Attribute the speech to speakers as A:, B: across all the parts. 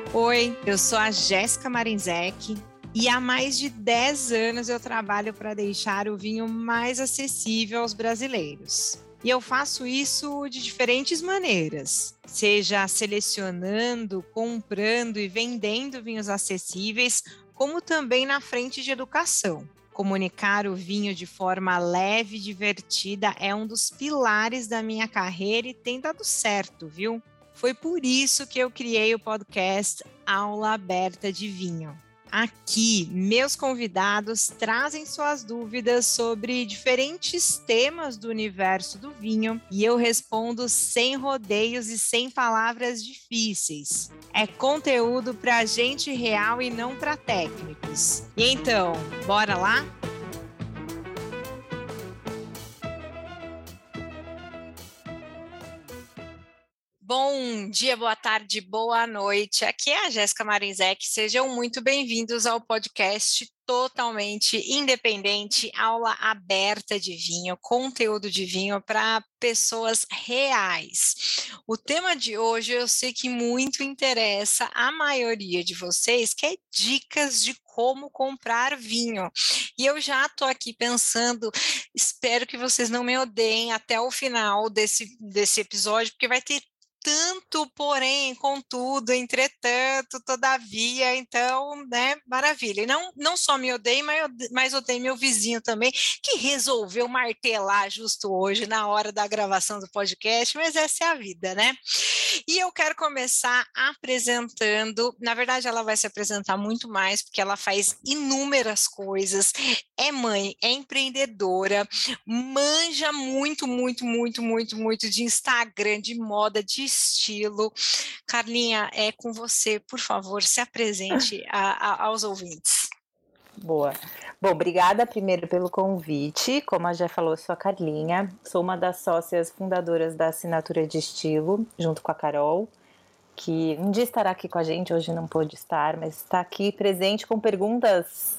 A: Oi, eu sou a Jéssica Marinzec e há mais de 10 anos eu trabalho para deixar o vinho mais acessível aos brasileiros. E eu faço isso de diferentes maneiras, seja selecionando, comprando e vendendo vinhos acessíveis, como também na frente de educação. Comunicar o vinho de forma leve e divertida é um dos pilares da minha carreira e tem dado certo, viu? Foi por isso que eu criei o podcast Aula Aberta de Vinho. Aqui, meus convidados trazem suas dúvidas sobre diferentes temas do universo do vinho e eu respondo sem rodeios e sem palavras difíceis. É conteúdo para gente real e não para técnicos. E então, bora lá? Bom dia, boa tarde, boa noite. Aqui é a Jéssica Marinzec. Sejam muito bem-vindos ao podcast totalmente independente, aula aberta de vinho, conteúdo de vinho para pessoas reais. O tema de hoje eu sei que muito interessa a maioria de vocês, que é dicas de como comprar vinho. E eu já estou aqui pensando, espero que vocês não me odeiem até o final desse episódio, porque vai ter tanto, porém, contudo, entretanto, todavia, então, né, maravilha. E não só me odeio, mas odeio meu vizinho também, que resolveu martelar justo hoje, na hora da gravação do podcast, mas essa é a vida, né? E eu quero começar apresentando, na verdade ela vai se apresentar muito mais, porque ela faz inúmeras coisas, é mãe, é empreendedora, manja muito de Instagram, de moda, de estilo. Carlinha, é com você, por favor, se apresente aos ouvintes.
B: Boa. Bom, obrigada primeiro pelo convite. Como a já falou, eu sou a Carlinha, sou uma das sócias fundadoras da Assinatura de Estilo, junto com a Carol, que um dia estará aqui com a gente, hoje não pôde estar, mas está aqui presente com perguntas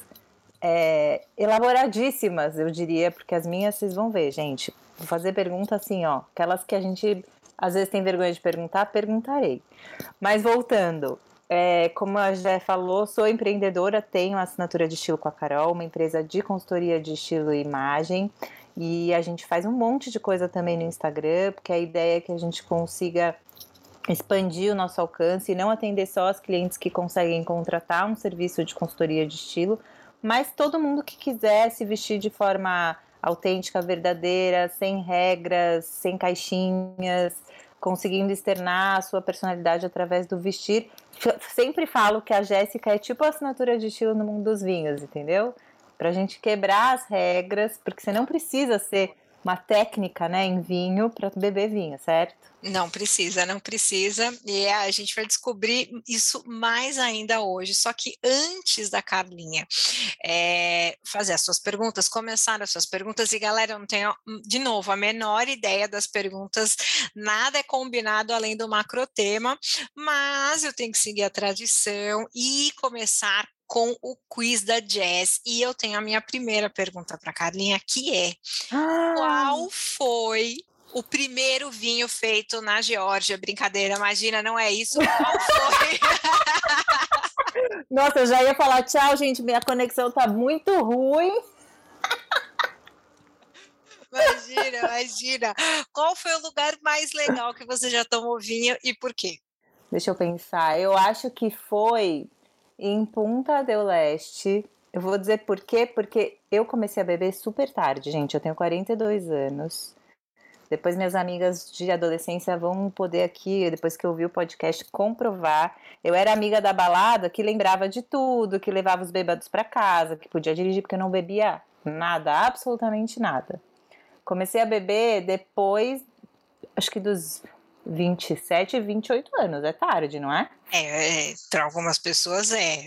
B: elaboradíssimas, eu diria, porque as minhas vocês vão ver, gente. Vou fazer perguntas assim, ó, aquelas que a gente às vezes tem vergonha de perguntar, perguntarei. Mas voltando, como a Jé falou, sou empreendedora, tenho a Assinatura de Estilo com a Carol, uma empresa de consultoria de estilo e imagem, e a gente faz um monte de coisa também no Instagram, porque a ideia é que a gente consiga expandir o nosso alcance e não atender só as clientes que conseguem contratar um serviço de consultoria de estilo, mas todo mundo que quiser se vestir de forma autêntica, verdadeira, sem regras, sem caixinhas, conseguindo externar a sua personalidade através do vestir. Sempre falo que a Jéssica é tipo a assinatura de estilo no mundo dos vinhos, entendeu? Pra gente quebrar as regras, porque você não precisa ser uma técnica, né, em vinho para beber vinho, certo?
A: Não precisa, e a gente vai descobrir isso mais ainda hoje, só que antes da Carlinha fazer as suas perguntas, começar as suas perguntas, e galera, eu não tenho, de novo, a menor ideia das perguntas, nada é combinado além do macrotema, mas eu tenho que seguir a tradição e começar com o quiz da Jess, e eu tenho a minha primeira pergunta para a Carlinha, que é, qual foi o primeiro vinho feito na Geórgia? Brincadeira, imagina, não é isso? Qual foi?
B: Nossa, eu já ia falar tchau, gente, minha conexão tá muito ruim.
A: Imagina. Qual foi o lugar mais legal que você já tomou vinho e por quê?
B: Deixa eu pensar, eu acho que foi em Punta del Este. Eu vou dizer por quê, porque eu comecei a beber super tarde, gente, eu tenho 42 anos. Depois minhas amigas de adolescência vão poder aqui, depois que eu ouvi o podcast, comprovar. Eu era amiga da balada que lembrava de tudo, que levava os bêbados para casa, que podia dirigir porque eu não bebia nada, absolutamente nada. Comecei a beber depois, acho que dos 27, 28 anos. É tarde, não é?
A: Para algumas pessoas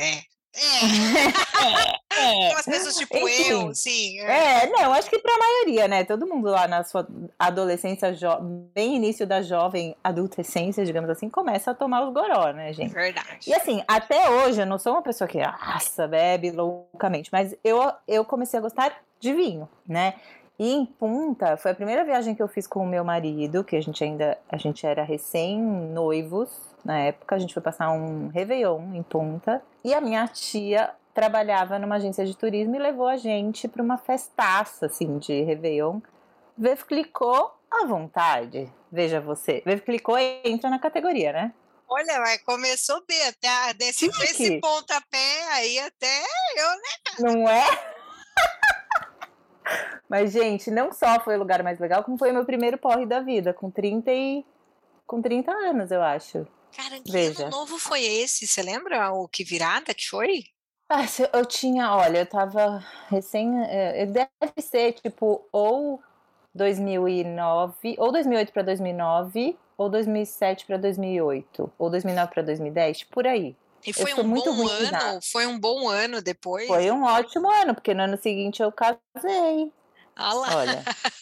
A: Algumas pessoas tipo enfim, eu, sim.
B: Não, acho que pra maioria, né? Todo mundo lá na sua adolescência, bem início da jovem adultescência, digamos assim, começa a tomar os goró, né, gente?
A: Verdade.
B: E assim, até hoje eu não sou uma pessoa que, bebe loucamente, mas eu comecei a gostar de vinho, né? E em Punta, foi a primeira viagem que eu fiz com o meu marido, que a gente era recém-noivos na época, a gente foi passar um Réveillon em Punta, e a minha tia trabalhava numa agência de turismo e levou a gente para uma festaça, assim, de Réveillon. Veuve Clicquot à vontade, veja você. Veuve Clicquot entra na categoria, né?
A: Olha, mas começou bem, até desse pontapé aí até eu, né?
B: Não é? Mas, gente, não só foi o lugar mais legal, como foi o meu primeiro porre da vida, com 30 anos, eu acho.
A: Cara, que
B: Veja.
A: ano novo foi esse? Você lembra o que virada que foi?
B: Eu tinha, olha, eu tava deve ser, tipo, ou 2009, ou 2008 para 2009, ou 2007 para 2008, ou 2009 para 2010, por aí.
A: E foi um bom ano? Foi um bom ano depois?
B: Foi um ótimo ano, porque no ano seguinte eu casei.
A: Ah lá.
B: Olha,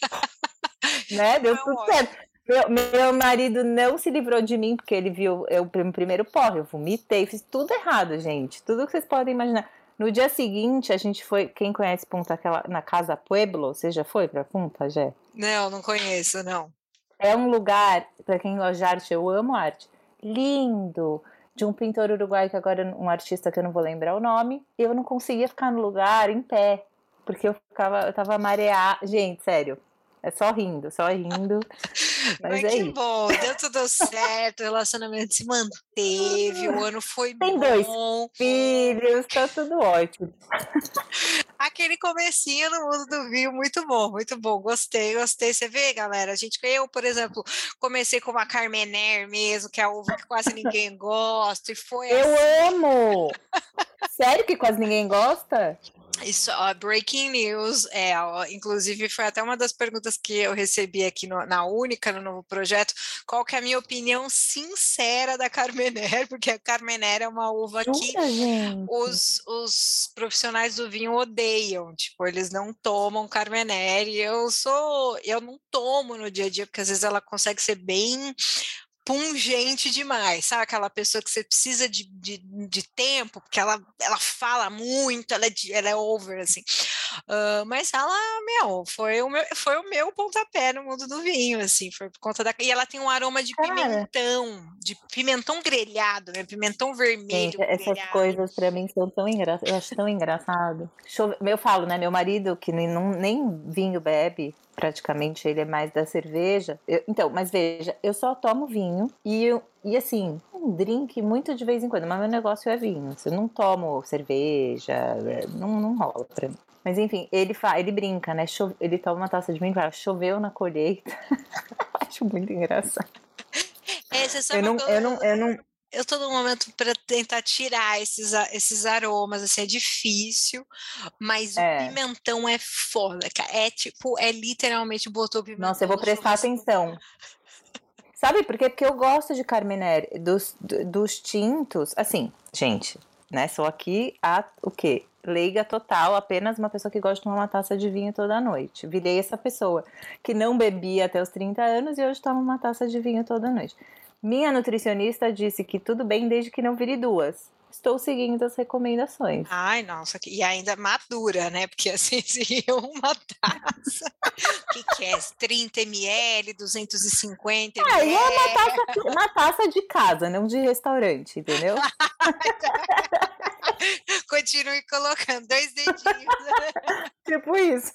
B: né? Deu tudo certo. Meu marido não se livrou de mim, porque ele viu o primeiro porre, eu vomitei, fiz tudo errado, gente. Tudo que vocês podem imaginar. No dia seguinte, a gente foi, quem conhece Punta, na Casa Pueblo, você já foi pra Punta, Jé?
A: Não conheço, não.
B: É um lugar, pra quem gosta de arte, eu amo arte, lindo, de um pintor uruguaio, que agora um artista que eu não vou lembrar o nome, e eu não conseguia ficar no lugar em pé, porque eu tava mareada. Gente, sério, é só rindo. Mas
A: que
B: isso.
A: Bom, deu tudo certo, o relacionamento se manteve, o ano foi
B: Tem
A: bom.
B: Tem 2 filhos, tá tudo ótimo.
A: Aquele comecinho no mundo do vinho, muito bom, gostei. Você vê, galera, eu, por exemplo, comecei com uma Carmener mesmo, que é a uva que quase ninguém gosta, e foi
B: Eu amo! Sério que quase ninguém gosta?
A: Isso, breaking news, inclusive foi até uma das perguntas que eu recebi aqui na Única, no novo projeto, qual que é a minha opinião sincera da Carmener, porque a Carmener é uma uva que os profissionais do vinho odeiam, tipo, eles não tomam Carmener, e eu não tomo no dia a dia, porque às vezes ela consegue ser bem pungente demais, sabe? Aquela pessoa que você precisa de tempo, porque ela fala muito, ela é over, assim. Mas ela, foi o meu pontapé no mundo do vinho, assim, foi por conta da... E ela tem um aroma de pimentão grelhado, né? Pimentão vermelho.
B: Gente, essas coisas pra mim são tão engraçadas, eu acho tão engraçado. Eu falo, né, meu marido, que nem vinho bebe, praticamente, ele é mais da cerveja. Mas veja, eu só tomo vinho e assim, um drink muito de vez em quando, mas meu negócio é vinho. Eu não tomo cerveja, não rola pra mim. Mas enfim, ele brinca, né? Ele toma uma taça de vinho e fala, choveu na colheita. Acho muito engraçado.
A: Você sabe eu estou no momento para tentar tirar esses aromas, assim, é difícil, mas o pimentão é foda, cara. É literalmente botou o pimentão.
B: Nossa, eu vou prestar atenção. Sabe por quê? Porque eu gosto de Carmener, dos tintos, assim, gente, né? Sou aqui o quê? Leiga total, apenas uma pessoa que gosta de tomar uma taça de vinho toda noite. Virei essa pessoa que não bebia até os 30 anos e hoje toma uma taça de vinho toda noite. Minha nutricionista disse que tudo bem desde que não vire 2. Estou seguindo as recomendações.
A: Ai, nossa, e ainda madura, né? Porque assim, seria uma taça. O que é? 30 ml, 250 ml?
B: Aí é uma taça de casa, não de restaurante, entendeu?
A: Continue colocando 2 dedinhos.
B: Tipo isso.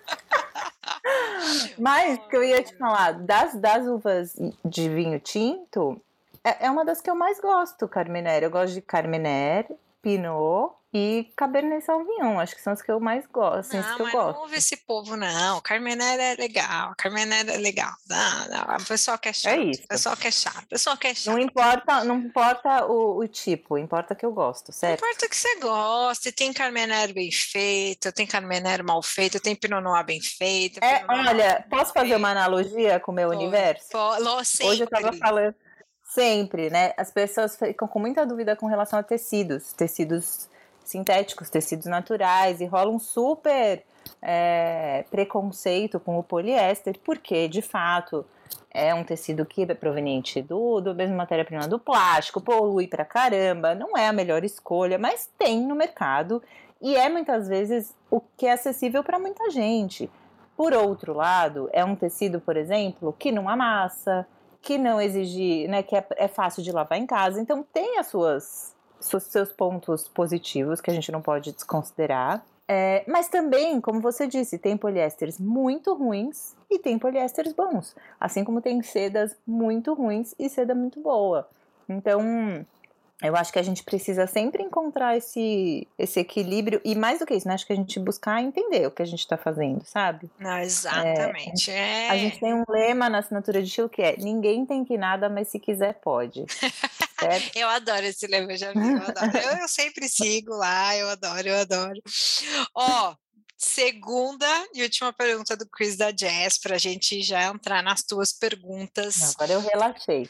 B: Mas, que eu ia te falar, das uvas de vinho tinto, é uma das que eu mais gosto, Carmener. Eu gosto de Carmener, Pinot e Cabernet Sauvignon. Acho que são as que eu mais gosto. Assim, as que eu gosto.
A: Não ouve esse povo, não. Carmener é legal. Não. O pessoal quer chato.
B: É isso.
A: O pessoal quer chato.
B: Não importa o tipo, importa que eu gosto, certo?
A: Não importa que você goste. Tem Carmener bem feito, tem Carmener mal feito, tem Pinot Noir bem feito.
B: Olha, posso fazer uma analogia com o meu universo?
A: Sempre.
B: Hoje eu tava falando... Sempre, né? As pessoas ficam com muita dúvida com relação a tecidos sintéticos, tecidos naturais, e rola um super preconceito com o poliéster, porque, de fato, é um tecido que é proveniente do mesmo matéria-prima do plástico, polui pra caramba, não é a melhor escolha, mas tem no mercado, e é muitas vezes o que é acessível para muita gente. Por outro lado, é um tecido, por exemplo, que não amassa, que não exige, né, que é fácil de lavar em casa. Então tem as seus pontos positivos que a gente não pode desconsiderar. Mas também, como você disse, tem poliésteres muito ruins e tem poliésteres bons. Assim como tem sedas muito ruins e seda muito boa. Então, eu acho que a gente precisa sempre encontrar esse equilíbrio. E mais do que isso, né? Acho que a gente buscar entender o que a gente está fazendo, sabe?
A: Não, exatamente.
B: A gente tem um lema na assinatura de estilo que é: ninguém tem que nada, mas se quiser pode. Certo?
A: Eu adoro esse lema, já vi, eu adoro. Eu sempre sigo lá, eu adoro, eu adoro. Ó, segunda e última pergunta do quiz da Jess, para a gente já entrar nas tuas perguntas.
B: Agora eu relaxei.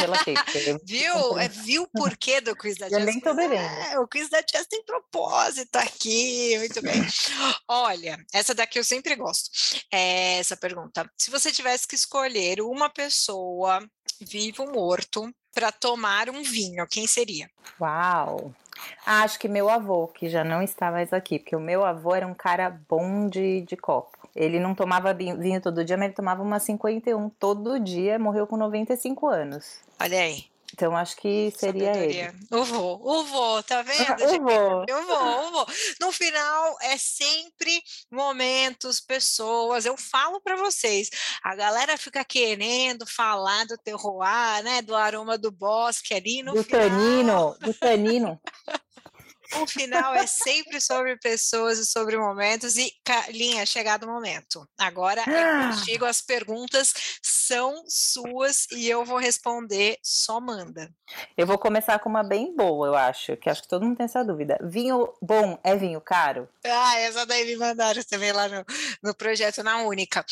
A: Viu o porquê do quiz da
B: Eu
A: Jess?
B: nem tô bebendo.
A: O quiz da Jess tem propósito aqui, muito bem. Olha, essa daqui eu sempre gosto. Essa pergunta. Se você tivesse que escolher uma pessoa, vivo ou morto, para tomar um vinho, quem seria?
B: Uau! Acho que meu avô, que já não está mais aqui, porque o meu avô era um cara bom de copo. Ele não tomava vinho todo dia, mas ele tomava uma 51 todo dia, morreu com 95 anos.
A: Olha aí.
B: Então acho que seria
A: Sabedoria.
B: ele.
A: O vô, tá vendo,
B: Eu
A: gente?
B: vou.
A: Eu vou. No final, é sempre momentos, pessoas. Eu falo para vocês, a galera fica querendo falar do terroir, né? Do aroma do bosque ali. No final,
B: Do tanino.
A: o final é sempre sobre pessoas e sobre momentos. E, Carlinha, chegado o momento. Agora é contigo, as perguntas são suas e eu vou responder, só manda.
B: Eu vou começar com uma bem boa, eu acho, que acho que todo mundo tem essa dúvida. Vinho bom é vinho caro?
A: Essa daí me mandaram também lá no projeto na Única.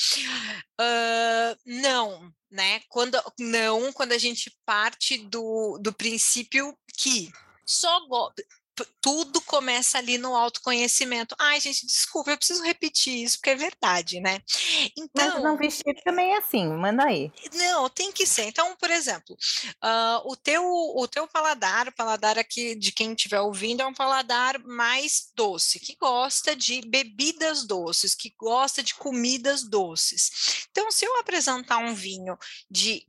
A: Não, né? Quando a gente parte do princípio que tudo começa ali no autoconhecimento. Ai, gente, desculpa, eu preciso repetir isso, porque é verdade, né?
B: Mas não
A: Então,
B: vestir também é assim, manda aí.
A: não, tem que ser. Então, por exemplo, o teu paladar, o paladar aqui de quem estiver ouvindo, é um paladar mais doce, que gosta de bebidas doces, que gosta de comidas doces. Então, se eu apresentar um vinho de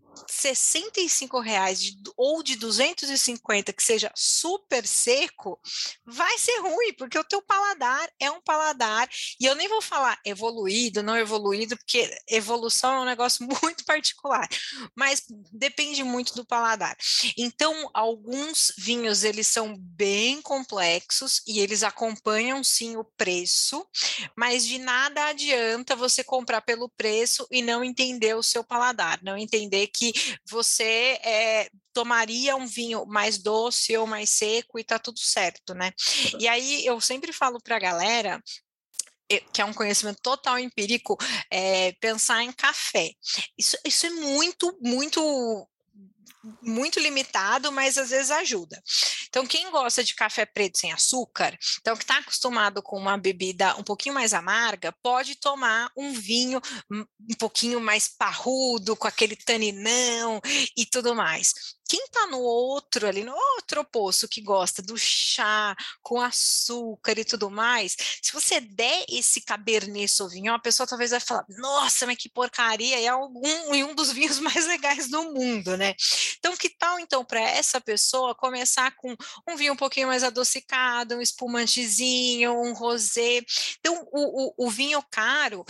A: R$ 65 ou de 250 que seja super seco, vai ser ruim, porque o teu paladar é um paladar, e eu nem vou falar evoluído, não evoluído, porque evolução é um negócio muito particular, mas depende muito do paladar. Então, alguns vinhos, eles são bem complexos e eles acompanham sim o preço, mas de nada adianta você comprar pelo preço e não entender o seu paladar, não entender que você tomaria um vinho mais doce ou mais seco e tá tudo certo, né? E aí eu sempre falo para a galera que é um conhecimento total empírico, pensar em café. Isso é muito, muito muito limitado, mas às vezes ajuda. Então, quem gosta de café preto sem açúcar, então que está acostumado com uma bebida um pouquinho mais amarga, pode tomar um vinho um pouquinho mais parrudo, com aquele taninão e tudo mais. Quem está no outro oposto, que gosta do chá com açúcar e tudo mais, se você der esse Cabernet Sauvignon, a pessoa talvez vai falar, nossa, mas que porcaria, é um dos vinhos mais legais do mundo, né? Então, que tal, então, para essa pessoa começar com um vinho um pouquinho mais adocicado, um espumantezinho, um rosé. Então, o vinho caro,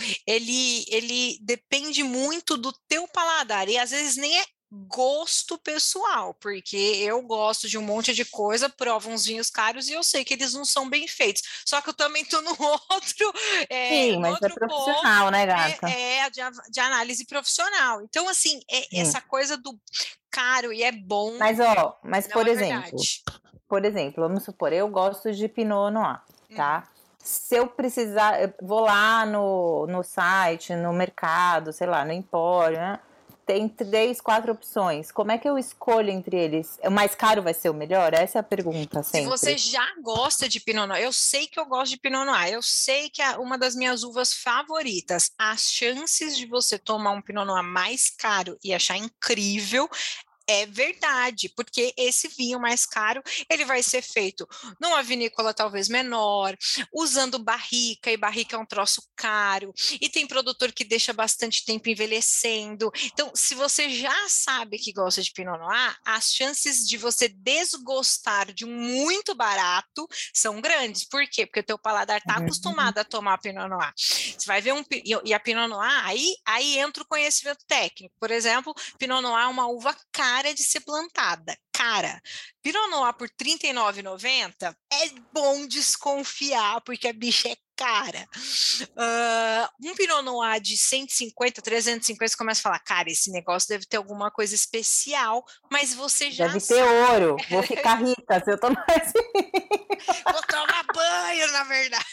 A: ele depende muito do teu paladar, e às vezes nem é gosto pessoal, porque eu gosto de um monte de coisa, provo uns vinhos caros e eu sei que eles não são bem feitos. Só que eu também estou no outro,
B: Sim,
A: no
B: mas é
A: outro
B: profissional,
A: ponto,
B: né,
A: né?
B: gata?
A: De análise profissional. Então, assim, essa coisa do caro e é bom,
B: Mas
A: não é verdade.
B: por exemplo, vamos supor, eu gosto de Pinot Noir,
A: Uhum.
B: tá? Se eu precisar, eu vou lá no site, no mercado, sei lá, no empório, né? Tem 3, 4 opções. Como é que eu escolho entre eles? O mais caro vai ser o melhor? Essa é a pergunta
A: Se você
B: sempre.
A: já gosta de Pinot Noir, eu sei que eu gosto de Pinot Noir, eu sei que é uma das minhas uvas favoritas. As chances de você tomar um Pinot Noir mais caro e achar incrível É verdade, porque esse vinho mais caro, ele vai ser feito numa vinícola talvez menor, usando barrica, e barrica é um troço caro, e tem produtor que deixa bastante tempo envelhecendo. Então, se você já sabe que gosta de Pinot Noir, as chances de você desgostar de um muito barato são grandes. Por quê? Porque o teu paladar está acostumado a tomar Pinot Noir. Você vai ver e a Pinot Noir, aí entra o conhecimento técnico. Por exemplo, Pinot Noir é uma uva cara de ser plantada, cara. Pinot Noir por R$ 39,90 é bom desconfiar, porque a bicha é cara. Um Pinot Noir de 150, 350, você começa a falar, cara, esse negócio deve ter alguma coisa especial, mas você já
B: deve ter ouro, vou ficar rica se eu tomar esse.
A: Vou tomar banho, na verdade.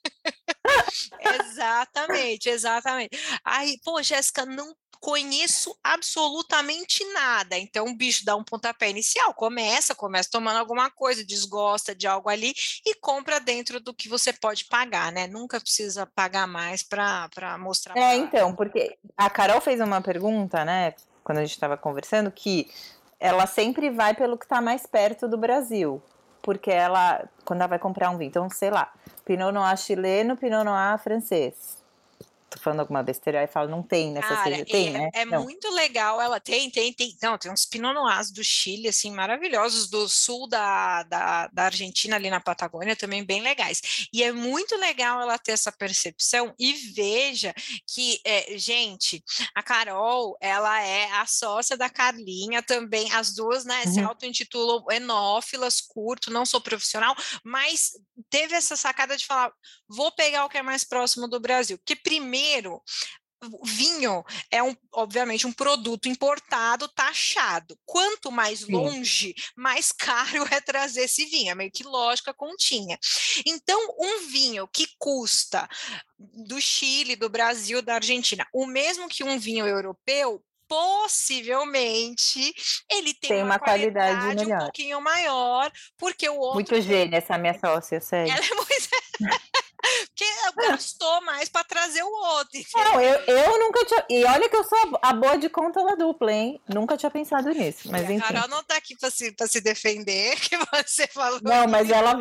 A: Exatamente. Aí, pô, Jéssica, não conheço absolutamente nada. Então, o bicho dá um pontapé inicial, começa tomando alguma coisa, desgosta de algo ali e compra dentro do que você pode pagar, né? Nunca precisa pagar mais para mostrar.
B: Então, porque a Carol fez uma pergunta, né, quando a gente estava conversando, que ela sempre vai pelo que está mais perto do Brasil. Porque ela, quando ela vai comprar um vinho, então, sei lá, Pinot Noir chileno, Pinot Noir francês. Tô falando alguma besteira, aí fala, não tem nessa
A: Cara,
B: tem, né?
A: é muito legal, ela tem, não, tem uns Pinot Noirs do Chile, assim, maravilhosos, do sul da Argentina, ali na Patagônia, também bem legais, e é muito legal ela ter essa percepção, e veja que, gente, a Carol, ela é a sócia da Carlinha também, as duas, né, se auto-intitulam enófilas, curto, não sou profissional, mas teve essa sacada de falar, vou pegar o que é mais próximo do Brasil, porque primeiro, o vinho é, obviamente, um produto importado, taxado. Quanto mais longe, mais caro é trazer esse vinho. É meio que lógica continha. Então, um vinho que custa do Chile, do Brasil, da Argentina, o mesmo que um vinho europeu, possivelmente ele tem uma qualidade melhor, um pouquinho maior, porque o outro...
B: Muito gênia essa minha sócia, sério.
A: Ela é muito... Porque gastou mais para trazer o outro.
B: Não, eu nunca tinha. E olha que eu sou a boa de conta da dupla, hein? Nunca tinha pensado nisso. Mas enfim.
A: A Carol não tá aqui para se defender, que você falou.
B: Não, mas ela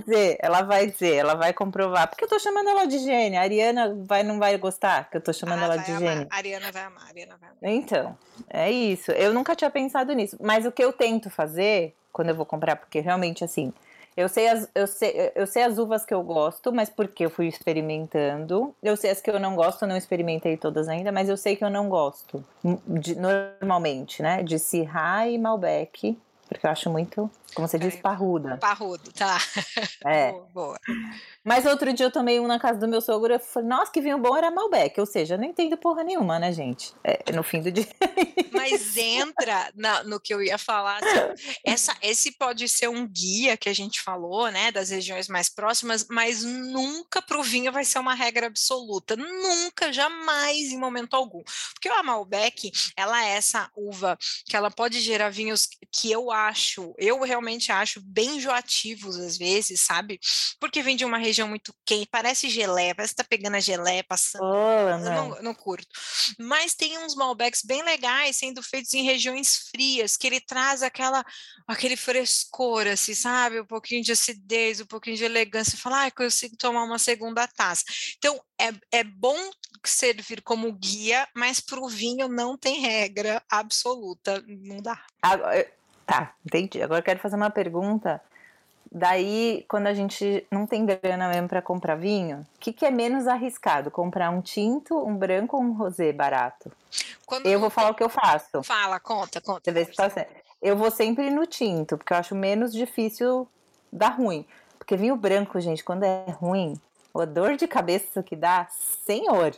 B: vai comprovar. Porque eu tô chamando ela de gênia. A Ariana não vai gostar que eu tô chamando ela de gênia.
A: A Ariana vai amar.
B: Então, é isso. Eu nunca tinha pensado nisso. Mas o que eu tento fazer quando eu vou comprar, porque realmente assim. Eu sei as uvas que eu gosto, mas porque eu fui experimentando. Eu sei as que eu não gosto, não experimentei todas ainda, mas eu sei que eu não gosto, normalmente, né? De Syrah e Malbec, porque eu acho muito, como você diz, parruda.
A: Parrudo, tá.
B: É.
A: Boa.
B: Mas outro dia eu tomei um na casa do meu sogro e falei, nossa, que vinho bom, era Malbec. Ou seja, eu não entendo porra nenhuma, né, gente? No fim do dia.
A: Mas entra no que eu ia falar. Assim, esse pode ser um guia que a gente falou, né, das regiões mais próximas, mas nunca para o vinho vai ser uma regra absoluta. Nunca, jamais, em momento algum. Porque a Malbec, ela é essa uva que ela pode gerar vinhos que eu realmente acho bem enjoativos às vezes, sabe? Porque vem de uma região muito quente, parece geleia, parece que tá pegando a geleia, passando. Eu não curto. Mas tem uns Malbecs bem legais sendo feitos em regiões frias, que ele traz aquele frescor, assim, sabe? Um pouquinho de acidez, um pouquinho de elegância. Fala, consigo tomar uma segunda taça. Então, é bom servir como guia, mas para o vinho não tem regra absoluta, não dá.
B: Tá, entendi. Agora eu quero fazer uma pergunta. Daí, quando a gente não tem grana mesmo para comprar vinho, o que é menos arriscado? Comprar um tinto, um branco ou um rosé barato? Eu vou falar o que eu faço.
A: Fala, conta.
B: Você vê se tá certo. Eu vou sempre no tinto, porque eu acho menos difícil dar ruim. Porque vinho branco, gente, quando é ruim, a dor de cabeça que dá, senhor.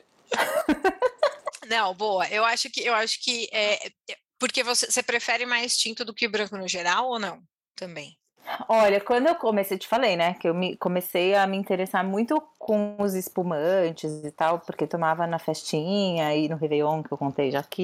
A: Não, boa. Eu acho que porque você prefere mais tinto do que branco no geral ou não? Também.
B: Olha, quando eu comecei, te falei, né, que eu comecei a me interessar muito com os espumantes e tal, porque tomava na festinha e no Réveillon, que eu contei já aqui,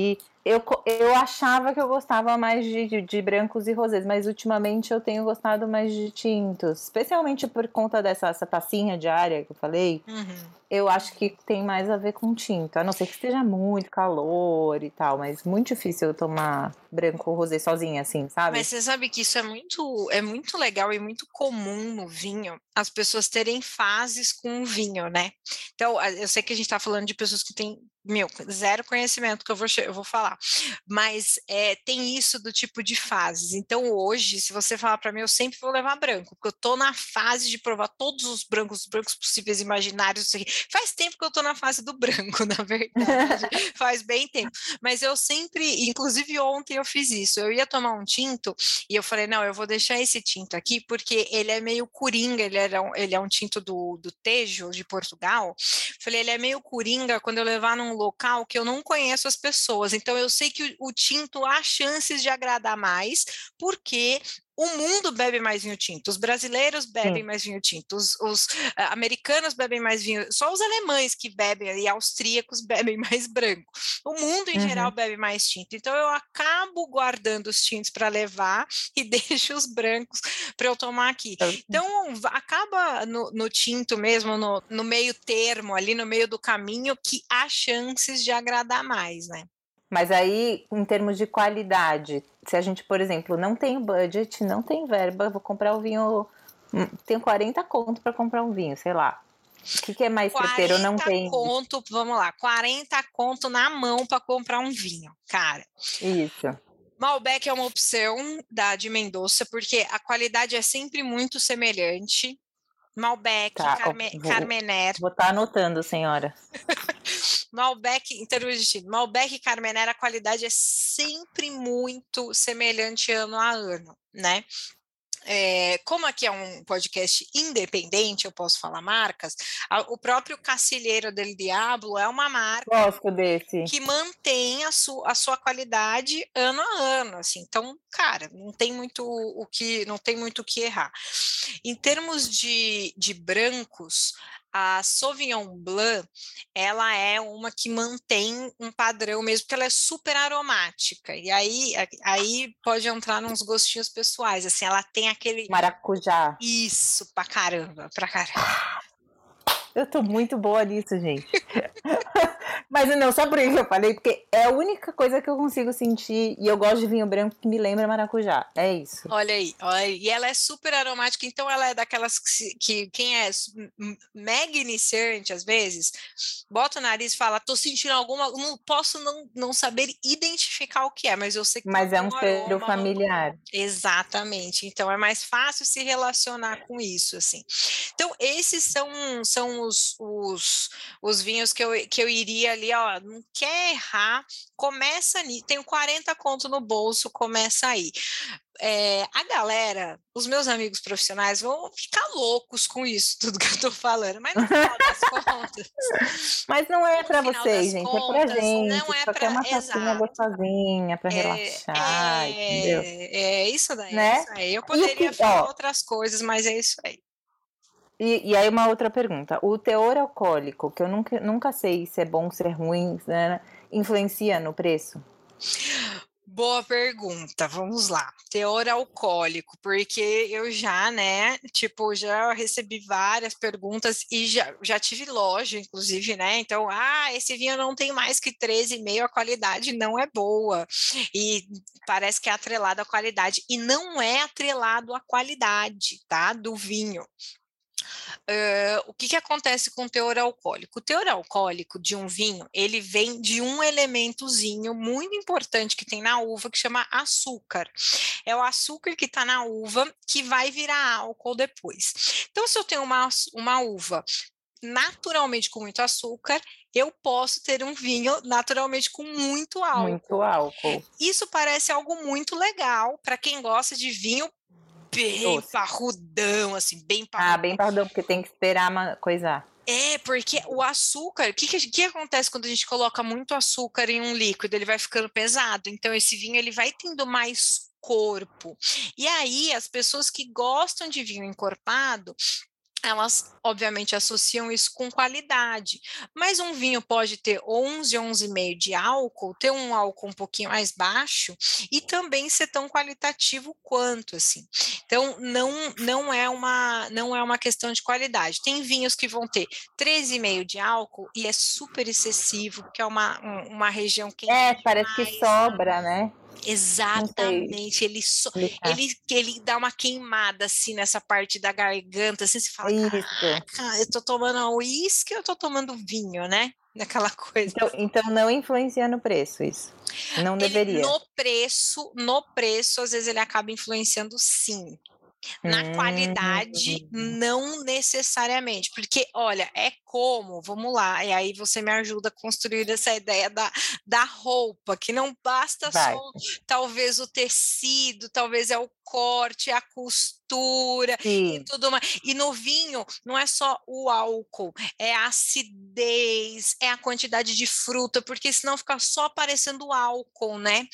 B: Eu achava que eu gostava mais de brancos e rosés, mas ultimamente eu tenho gostado mais de tintos, especialmente por conta essa tacinha diária que eu falei. Eu acho que tem mais a ver com tinto, a não ser que esteja muito calor e tal, mas muito difícil eu tomar branco ou rosé sozinha, assim, sabe?
A: Mas você sabe que isso é muito legal e muito comum no vinho, as pessoas terem fases com o vinho, né? Então, eu sei que a gente está falando de pessoas que têm, zero conhecimento que eu vou falar, mas tem isso do tipo de fases. Então, hoje, se você falar para mim, eu sempre vou levar branco, porque eu tô na fase de provar todos os brancos possíveis, imaginários, isso aqui. Faz tempo que eu tô na fase do branco, na verdade, faz bem tempo. Mas eu sempre, inclusive ontem eu fiz isso, eu ia tomar um tinto e eu falei, não, eu vou deixar esse tinto aqui porque ele é meio coringa, ele é um tinto do Tejo, de Portugal. Falei, ele é meio coringa quando eu levar num local que eu não conheço as pessoas, então eu sei que o tinto há chances de agradar mais, porque o mundo bebe mais vinho tinto, os brasileiros bebem mais vinho tinto, os americanos bebem mais vinho, só os alemães que bebem e austríacos bebem mais branco. O mundo em geral bebe mais tinto, então eu acabo guardando os tintos para levar e deixo os brancos para eu tomar aqui. Então acaba no tinto mesmo, no meio termo, ali no meio do caminho, que há chances de agradar mais, né?
B: Mas aí, em termos de qualidade, se a gente, por exemplo, não tem budget, não tem verba, vou comprar o vinho, tenho 40 conto para comprar um vinho, sei lá. O que é mais certeiro? Não tem
A: conto, vamos lá, 40 conto na mão para comprar um vinho, cara.
B: Isso.
A: Malbec é uma opção de Mendoza, porque a qualidade é sempre muito semelhante. Malbec,
B: Tá,
A: Carmener.
B: Vou estar anotando, senhora.
A: Malbec, em termos de estilo, Malbec e Carmener, a qualidade é sempre muito semelhante ano a ano, né? Como aqui é um podcast independente, eu posso falar marcas, o próprio Cacilheiro del Diablo é uma marca
B: Gosto desse.
A: que mantém a sua qualidade ano a ano, assim. Então, cara, não tem muito o que errar. Em termos de brancos, a Sauvignon Blanc, ela é uma que mantém um padrão mesmo, porque ela é super aromática. E aí pode entrar nos gostinhos pessoais, assim, ela tem aquele...
B: Maracujá.
A: Isso, pra caramba, pra caramba.
B: Eu tô muito boa nisso, gente. Mas não, sabe por que eu falei? Porque é a única coisa que eu consigo sentir, e eu gosto de vinho branco que me lembra maracujá. É isso.
A: Olha aí, e ela é super aromática, então ela é daquelas que quem é mega iniciante, às vezes, bota o nariz e fala, tô sentindo alguma, não posso não saber identificar o que é, mas eu sei que tem
B: Mas é um
A: algum
B: cheiro
A: aroma.
B: familiar.
A: Exatamente, então é mais fácil se relacionar com isso, assim. Então, esses são os vinhos que eu iria ali, ó, não quer errar, começa ali, tenho 40 conto no bolso, começa aí. A galera, os meus amigos profissionais vão ficar loucos com isso, tudo que eu tô falando, mas no final das contas,
B: Mas não é
A: no
B: para
A: final
B: vocês,
A: das
B: gente, é pra
A: contas,
B: gente.
A: não é
B: Só que é
A: para...
B: uma tacinha
A: Exato.
B: gostosinha para relaxar, entendeu?
A: Isso daí, é
B: Né?
A: isso aí. Eu
B: E o
A: poderia
B: que,
A: falar
B: ó,
A: outras coisas, mas é isso aí.
B: e aí uma outra pergunta. O teor alcoólico, que eu nunca sei se é bom, se é ruim, né, influencia no preço?
A: Boa pergunta, vamos lá. Teor alcoólico, porque eu já, né, tipo, já recebi várias perguntas e já tive loja, inclusive, né, então, esse vinho não tem mais que 13,5, a qualidade não é boa, e parece que é atrelado à qualidade, e não é atrelado à qualidade, tá, do vinho. O que acontece com o teor alcoólico? O teor alcoólico de um vinho, ele vem de um elementozinho muito importante que tem na uva, que chama açúcar. É o açúcar que está na uva que vai virar álcool depois. Então, se eu tenho uma uva naturalmente com muito açúcar, eu posso ter um vinho naturalmente com muito
B: Muito
A: álcool.
B: álcool.
A: Isso parece algo muito legal para quem gosta de vinho bem
B: Doce.
A: parrudão, assim, bem parrudão.
B: Bem pardão, porque tem que esperar coisar.
A: Porque o açúcar, o que acontece quando a gente coloca muito açúcar em um líquido? Ele vai ficando pesado, então esse vinho ele vai tendo mais corpo. E aí, as pessoas que gostam de vinho encorpado, elas obviamente associam isso com qualidade, mas um vinho pode ter 11, 11,5 de álcool, ter um álcool um pouquinho mais baixo e também ser tão qualitativo quanto, assim. Então, não é uma questão de qualidade. Tem vinhos que vão ter 13,5 de álcool e é super excessivo, porque é uma região quente
B: Parece que
A: demais.
B: sobra, né? Não sei
A: Exatamente,
B: explicar.
A: ele dá uma queimada assim nessa parte da garganta, assim, você fala,
B: Isso.
A: caraca, eu tô tomando uísque ou eu tô tomando vinho, né? Naquela coisa.
B: Então não influencia no preço isso. Não
A: Ele
B: deveria.
A: no preço, às vezes ele acaba influenciando sim. Na qualidade,
B: Hum,
A: não necessariamente, porque, olha, vamos lá, e aí você me ajuda a construir essa ideia da roupa, que não basta só,
B: vai.
A: talvez, o tecido, talvez é o corte, a costura e
B: Sim,
A: tudo mais. E no vinho, não é só o álcool, é a acidez, é a quantidade de fruta, porque senão fica só aparecendo álcool, né?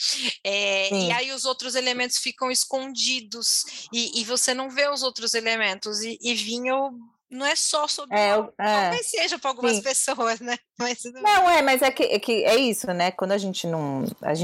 A: E
B: sim.
A: aí os outros elementos ficam escondidos e você não vê os outros elementos. E vinho não é só sobre o álcool, talvez seja para algumas
B: Sim.
A: pessoas, né? Mas
B: Não, mas é que é isso, né? Quando a gente não.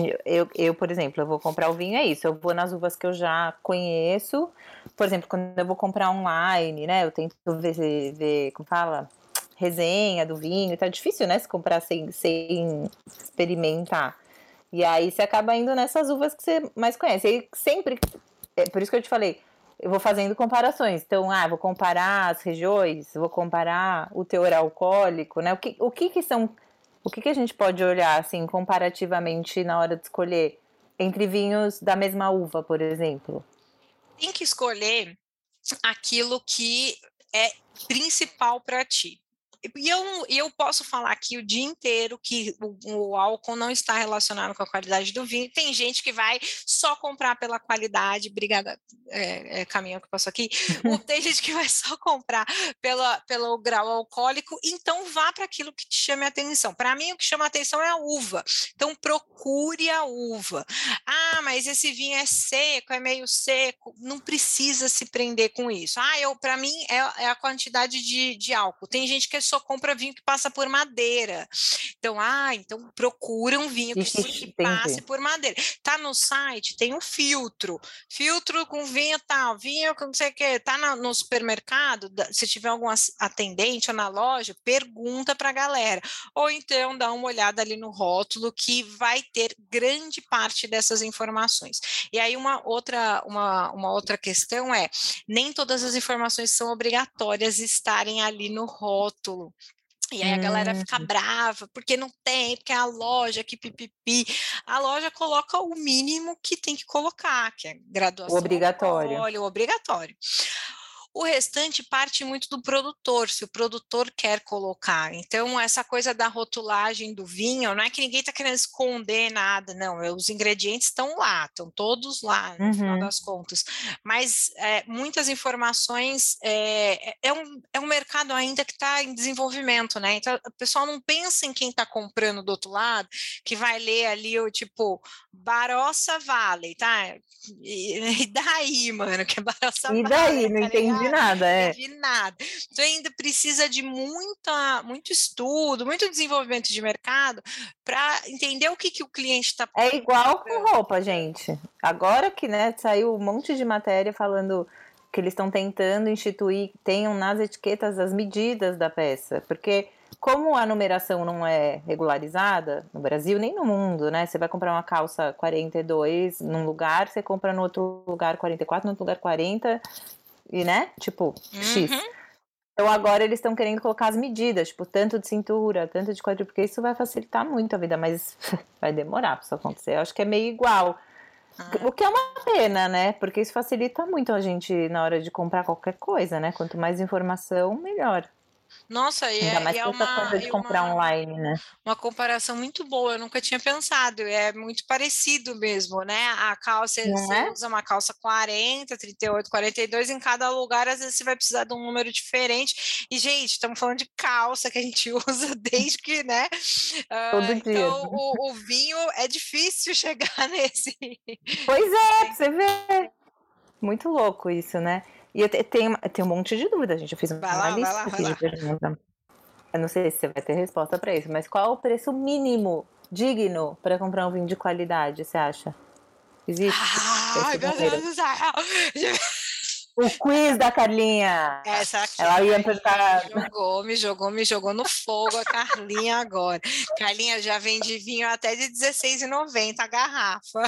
B: Por exemplo, eu vou comprar o vinho, é isso. Eu vou nas uvas que eu já conheço. Por exemplo, quando eu vou comprar online, né? Eu tento ver como fala? Resenha do vinho. Tá difícil, né? Se comprar sem experimentar. E aí você acaba indo nessas uvas que você mais conhece. E sempre. É por isso que eu te falei, eu vou fazendo comparações. Então, vou comparar as regiões, vou comparar o teor alcoólico, né? O que a gente pode olhar, assim, comparativamente na hora de escolher entre vinhos da mesma uva, por exemplo?
A: tem que escolher aquilo que é principal para ti. E eu posso falar aqui o dia inteiro que o álcool não está relacionado com a qualidade do vinho. Tem gente que vai só comprar pela qualidade, obrigada, caminhão que passou aqui. Tem gente que vai só comprar pelo grau alcoólico, então vá para aquilo que te chame a atenção. Para mim, o que chama a atenção é a uva. Então, procure a uva. Mas esse vinho é seco, é meio seco. Não precisa se prender com isso. Para mim, é a quantidade de álcool. Tem gente que só compra vinho que passa por madeira. Então procura um vinho que passe
B: Entendi.
A: por madeira. Tá no site, tem um filtro com vinho tal, vinho com não sei o que. Tá no supermercado, se tiver algum atendente ou na loja, pergunta para a galera. Ou então dá uma olhada ali no rótulo que vai ter grande parte dessas informações. E aí uma outra questão é, nem todas as informações são obrigatórias estarem ali no rótulo. E aí a galera fica
B: Hum,
A: brava, porque não tem, porque é a loja que pipipi. A loja coloca o mínimo que tem que colocar, que é
B: o
A: graduação
B: obrigatório.
A: alcoólica, obrigatório. O restante parte muito do produtor, se o produtor quer colocar. Então, essa coisa da rotulagem do vinho, não é que ninguém está querendo esconder nada, não. Os ingredientes estão lá, estão todos lá, no final
B: Uhum.
A: das contas. Mas muitas informações, é um mercado ainda que está em desenvolvimento, né? Então, o pessoal não pensa em quem está comprando do outro lado, que vai ler ali o tipo, Barossa Valley, tá? E daí, mano, que é Barossa
B: E daí?
A: Valley,
B: Não
A: tá
B: entendi
A: ligado?
B: nada,
A: Entendi nada. Então ainda precisa de muito estudo, muito desenvolvimento de mercado para entender o que o cliente está
B: É igual com
A: procurando.
B: roupa, gente. Agora que, né, saiu um monte de matéria falando que eles estão tentando instituir, tenham nas etiquetas as medidas da peça, porque como a numeração não é regularizada no Brasil nem no mundo, né? Você vai comprar uma calça 42 num lugar, você compra no outro lugar 44, no outro lugar 40 e, né? Tipo,
A: Uhum.
B: X. Então agora eles estão querendo colocar as medidas, tipo, tanto de cintura, tanto de quadril, porque isso vai facilitar muito a vida, mas vai demorar para isso acontecer. Eu acho que é meio igual.
A: Ah,
B: O que é uma pena, né? Porque isso facilita muito a gente na hora de comprar qualquer coisa, né? Quanto mais informação, melhor.
A: nossa, e
B: Ainda
A: é,
B: mais
A: e é
B: com essa
A: uma,
B: coisa de
A: e
B: comprar
A: uma,
B: online, né?
A: uma comparação muito boa, eu nunca tinha pensado, é muito parecido mesmo, né? A calça,
B: Não
A: você
B: é?
A: usa uma calça 40, 38, 42, em cada lugar, às vezes você vai precisar de um número diferente. E, gente, estamos falando de calça que a gente usa desde que, né?
B: Todo dia.
A: Então, o vinho é difícil chegar nesse.
B: Pois é, pra você ver. Muito louco isso, né? E eu tenho um monte de dúvida, gente. Eu fiz uma lista aqui de
A: lá.
B: perguntas. Eu não sei se você vai ter resposta para isso, mas qual é o preço mínimo digno para comprar um vinho de qualidade, você acha? Existe
A: Ai,
B: esse
A: meu Deus
B: número?
A: do céu!
B: O quiz da Carlinha!
A: Essa aqui
B: Ela ia perguntar.
A: me jogou no fogo a Carlinha agora. Carlinha já vende vinho até de R$16,90 a garrafa.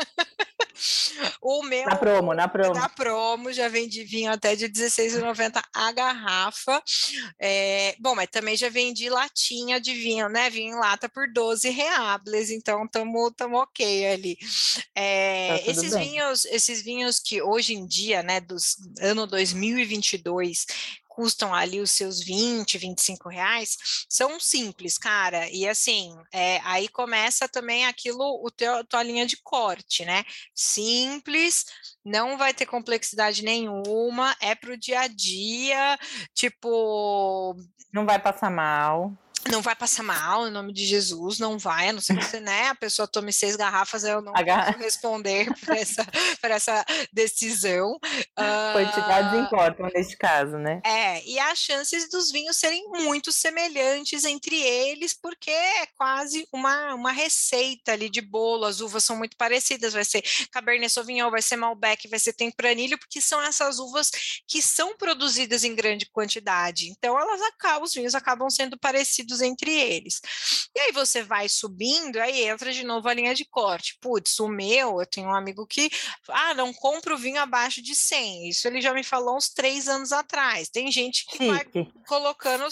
A: O meu,
B: Na promo.
A: da promo, já vendi vinho até de R$16,90 a garrafa. Bom, mas também já vendi latinha de vinho, né? Vinho em lata por R$12, então tamo ok ali.
B: Tá tudo bem.
A: Esses vinhos que hoje em dia, né, dos ano 2022, custam ali os seus R$20, R$25, são simples, cara, e assim, aí começa também aquilo, tua linha de corte, né, simples, não vai ter complexidade nenhuma, é pro dia a dia, tipo...
B: Não vai passar mal.
A: Não vai passar mal, em nome de Jesus, não vai, a não ser que você, né, a pessoa tome 6 garrafas, eu não posso responder por essa decisão.
B: Quantidades importam neste caso, né?
A: E as chances dos vinhos serem muito semelhantes entre eles, porque é quase uma receita ali de bolo, as uvas são muito parecidas, vai ser Cabernet Sauvignon, vai ser Malbec, vai ser Tempranillo, porque são essas uvas que são produzidas em grande quantidade, então os vinhos acabam sendo parecidos entre eles. E aí você vai subindo, aí entra de novo a linha de corte. Putz, eu tenho um amigo que, não compra o vinho abaixo de 100, isso ele já me falou uns 3 anos atrás. Tem gente que vai colocando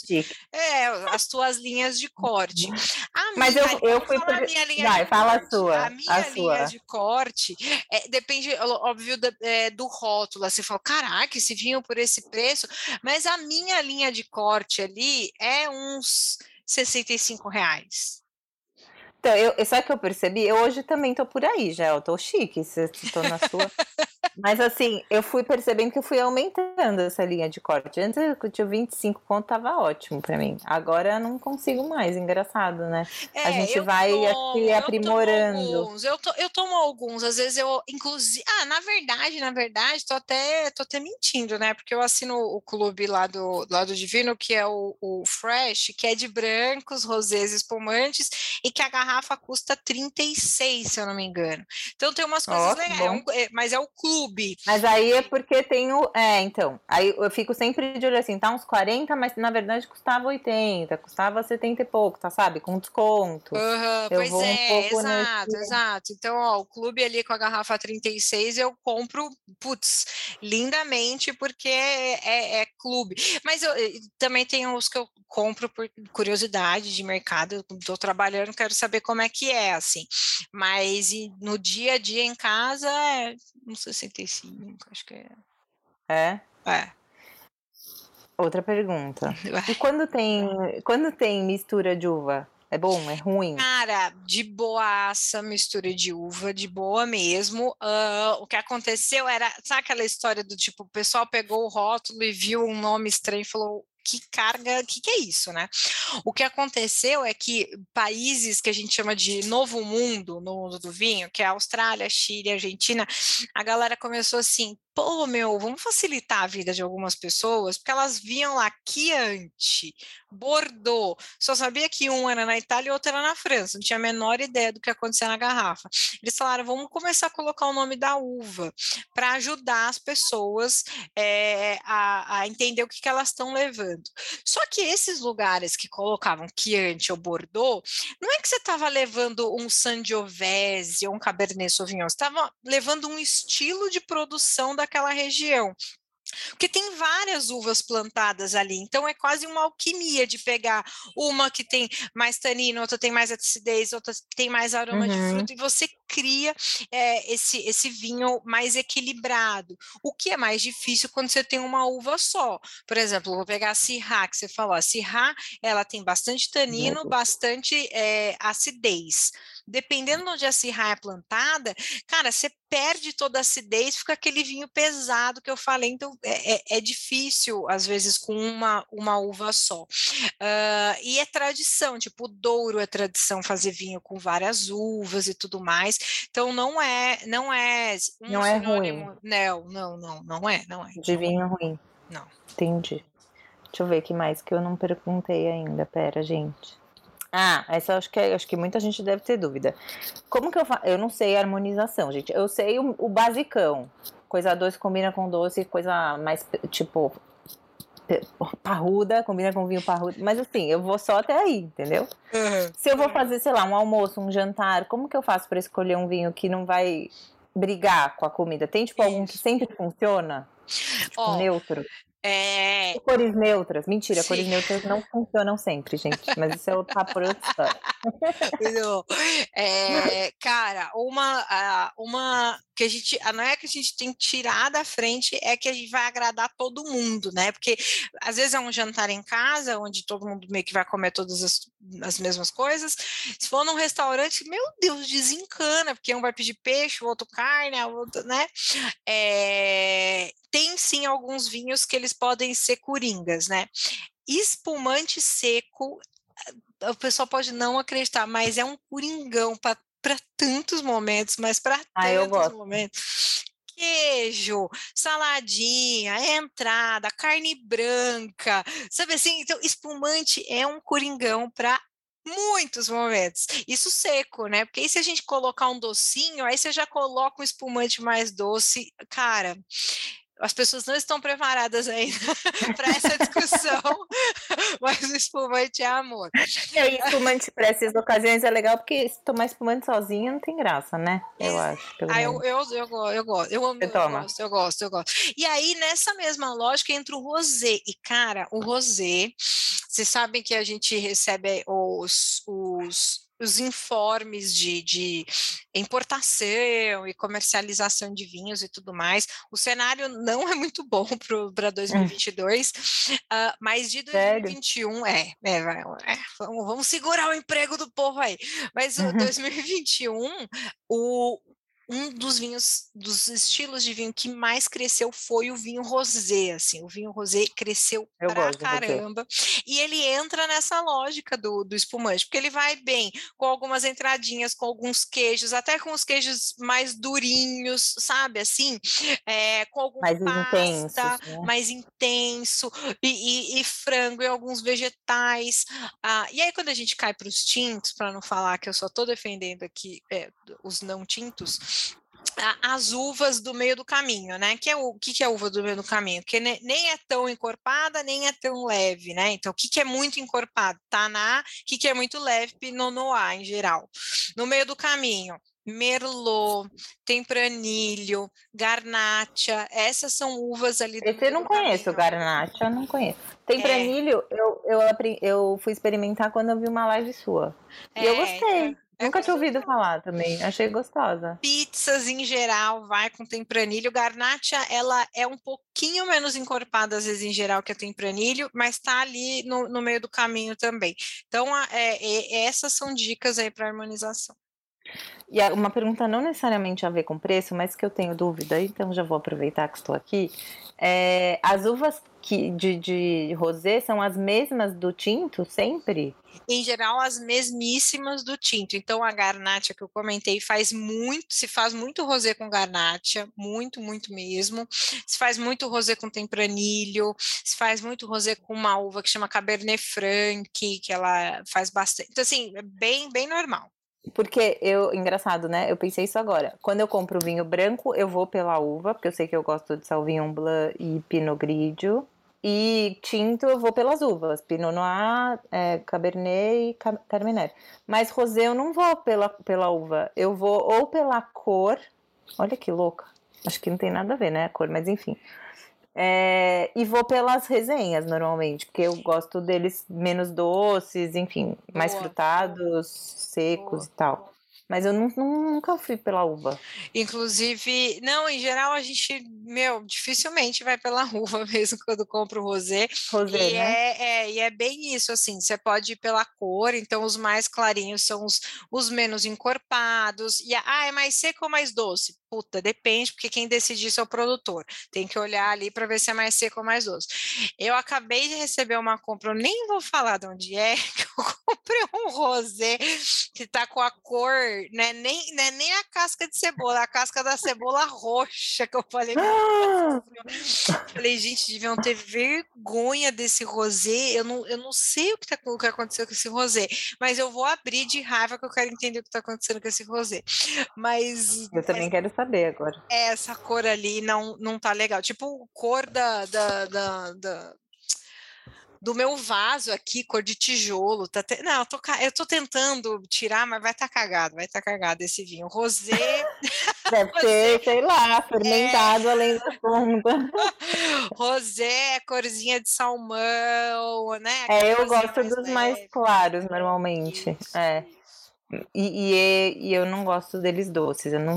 A: as tuas linhas de corte.
B: Mas eu fui por... Fala a sua.
A: A minha linha de corte depende, óbvio, do rótulo. Você fala, caraca, esse vinho por esse preço, mas a minha linha de corte ali é uns R$65.
B: Então, sabe o que eu percebi? Eu hoje também tô por aí já, eu tô chique, se tô na sua. Mas assim, eu fui percebendo que eu fui aumentando essa linha de corte. Antes eu tinha 25 pontos, tava ótimo pra mim. Agora eu não consigo mais, engraçado, né? A gente vai aqui aprimorando.
A: Eu tomo alguns, às vezes eu, inclusive... na verdade, tô até mentindo, né? Porque eu assino o clube lá do Divino, que é o Fresh, que é de brancos, rosés, espumantes, e que a garrafa custa 36, se eu não me engano. Então tem umas coisas legais, mas é o clube.
B: Mas aí é porque tem o... então, aí eu fico sempre de olho assim, tá uns 40, mas na verdade custava 80, custava 70 e pouco, tá, sabe? Com desconto.
A: Pois exato. Então, o clube ali com a garrafa 36 eu compro, lindamente, porque é clube. Mas eu também tenho os que eu compro por curiosidade de mercado, eu tô trabalhando, quero saber como é que é, assim. Mas no dia a dia em casa, uns 65, acho que é.
B: É? Outra pergunta. E quando tem mistura de uva? É bom? É ruim?
A: Cara, de boaça, mistura de uva, de boa mesmo. O que aconteceu era, sabe aquela história do tipo, o pessoal pegou o rótulo e viu um nome estranho e falou, que carga, que é isso, né? O que aconteceu é que países que a gente chama de novo mundo, no mundo do vinho, que é a Austrália, Chile, Argentina, a galera começou assim, vamos facilitar a vida de algumas pessoas, porque elas viam lá Chianti, Bordeaux, só sabia que um era na Itália e outro era na França, não tinha a menor ideia do que acontecia na garrafa. Eles falaram, vamos começar a colocar o nome da uva, para ajudar as pessoas a entender o que elas estão levando. Só que esses lugares que colocavam Chianti ou Bordeaux, não é que você estava levando um Sangiovese ou um Cabernet Sauvignon, você estava levando um estilo de produção daquela região. Porque tem várias uvas plantadas ali, então é quase uma alquimia de pegar uma que tem mais tanino, outra tem mais acidez, outra tem mais aroma de fruta, e você cria esse vinho mais equilibrado, o que é mais difícil quando você tem uma uva só. Por exemplo, vou pegar a Syrah, que você falou, a Syrah, ela tem bastante tanino, bastante acidez. dependendo de onde a Syrah é plantada, cara, você perde toda a acidez, fica aquele vinho pesado que eu falei, então é difícil, às vezes, com uma uva só. E é tradição, tipo, o Douro é tradição fazer vinho com várias uvas e tudo mais, então não é um
B: Não é ruim.
A: sinônimo, não é.
B: De vinho ruim.
A: Não.
B: Entendi. Deixa eu ver o que mais que eu não perguntei ainda. Pera, gente. Essa acho que muita gente deve ter dúvida. Como que eu faço? Eu não sei a harmonização, gente. Eu sei o basicão. Coisa doce combina com doce, coisa mais, tipo, parruda, combina com vinho parrudo. Mas assim, eu vou só até aí, entendeu? Se eu vou fazer, sei lá, um almoço, um jantar, como que eu faço para escolher um vinho que não vai brigar com a comida? Tem, tipo, algum que sempre funciona? Tipo, neutro? Cores neutras. Mentira,
A: Sim.
B: cores neutras não funcionam sempre, gente. Mas isso é outro papo para outra história.
A: Cara, uma que a gente, não é que a gente tem que tirar da frente, é que a gente vai agradar todo mundo, né? Porque às vezes é um jantar em casa, onde todo mundo meio que vai comer todas as mesmas coisas. Se for num restaurante, meu Deus, desencana, porque um vai pedir peixe, o outro carne, o outro, né? Tem sim alguns vinhos que eles podem ser coringas, né? Espumante seco, o pessoal pode não acreditar, mas é um coringão para tantos momentos, mas para
B: Eu
A: tantos
B: gosto.
A: momentos. Queijo, saladinha, entrada, carne branca, sabe assim? Então, espumante é um coringão para muitos momentos. Isso seco, né? Porque aí se a gente colocar um docinho, aí você já coloca um espumante mais doce. Cara, as pessoas não estão preparadas ainda para essa discussão, mas o espumante é amor.
B: Espumante para essas ocasiões é legal, porque se tomar espumante sozinho não tem graça, né? Eu acho, pelo menos.
A: Eu gosto. E aí, nessa mesma lógica, entra o rosé. E, cara, o rosé, vocês sabem que a gente recebe os informes de importação e comercialização de vinhos e tudo mais. O cenário não é muito bom para 2022, mas de 2021 vamos segurar o emprego do povo aí. Mas o 2021, um dos vinhos, dos estilos de vinho que mais cresceu foi o vinho rosé, assim, o vinho rosé cresceu pra caramba, e ele entra nessa lógica do espumante, porque ele vai bem com algumas entradinhas, com alguns queijos, até com os queijos mais durinhos, sabe, assim, com alguma
B: mais
A: pasta
B: intensos, né?
A: mais intenso, e frango e alguns vegetais, e aí quando a gente cai para os tintos, para não falar que eu só estou defendendo aqui os não tintos, as uvas do meio do caminho, né? O que é uva do meio do caminho? Porque nem é tão encorpada, nem é tão leve, né? Então, o que é muito encorpado? Taná. O que é muito leve? Pinot Noir, em geral. No meio do caminho, Merlot, Tempranillo, Garnacha, essas são uvas ali do
B: meio do caminho. Esse eu não conheço, Garnacha, eu não conheço. Tempranillo, eu fui experimentar quando eu vi uma live sua. E eu gostei. Nunca tinha ouvido falar também, achei gostosa.
A: Pizzas em geral vai com tempranilho. Garnacha, ela é um pouquinho menos encorpada às vezes em geral que a tempranilho, mas está ali no meio do caminho também. Então, essas são dicas aí para harmonização.
B: E uma pergunta não necessariamente a ver com preço, mas que eu tenho dúvida, então já vou aproveitar que estou aqui. As uvas de rosé são as mesmas do tinto sempre?
A: Em geral, as mesmíssimas do tinto. Então, a Garnacha que eu comentei se faz muito rosé com Garnacha, muito, muito mesmo. Se faz muito rosé com Tempranillo, se faz muito rosé com uma uva que chama Cabernet Franc, que ela faz bastante. Então, assim, é bem, bem normal.
B: Porque engraçado, né? Eu pensei isso agora. Quando eu compro vinho branco, eu vou pela uva, porque eu sei que eu gosto de Sauvignon Blanc e Pinot Grigio. E tinto, eu vou pelas uvas. Pinot Noir, Cabernet e Carmener. Mas rosé eu não vou pela uva. Eu vou ou pela cor. Olha que louca. Acho que não tem nada a ver, né? A cor, mas enfim. E vou pelas resenhas, normalmente, porque eu gosto deles menos doces, enfim, mais frutados, secos e tal. Mas eu nunca fui pela uva.
A: Inclusive, não, em geral a gente, dificilmente vai pela uva mesmo quando compra o rosé.
B: Rosé, né?
A: E é bem isso, assim, você pode ir pela cor, então os mais clarinhos são os menos encorpados, é mais seco ou mais doce? Puta, depende, porque quem decide isso é o produtor. Tem que olhar ali para ver se é mais seco ou mais doce. Eu acabei de receber uma compra, eu nem vou falar de onde é, que eu comprei um rosé que tá com a cor, né? Nem a casca de cebola, a casca da cebola roxa, que eu falei, falei, gente, deviam ter vergonha desse rosé. Eu não sei o que aconteceu com esse rosé, mas eu vou abrir de raiva que eu quero entender o que está acontecendo com esse rosé. Mas
B: Eu também quero saber agora.
A: essa cor ali não tá legal. Tipo, cor do meu vaso aqui, cor de tijolo. Não, eu tô tentando tirar, mas vai estar cagado esse vinho. Rosé.
B: Deve
A: Rosé
B: ter, sei lá,
A: é,
B: fermentado além da conta.
A: rosé, corzinha de salmão, né? Aquela
B: Eu
A: corzinha
B: gosto
A: mais
B: dos mais
A: leve.
B: claros, normalmente.
A: Isso.
B: E eu não gosto deles doces. Eu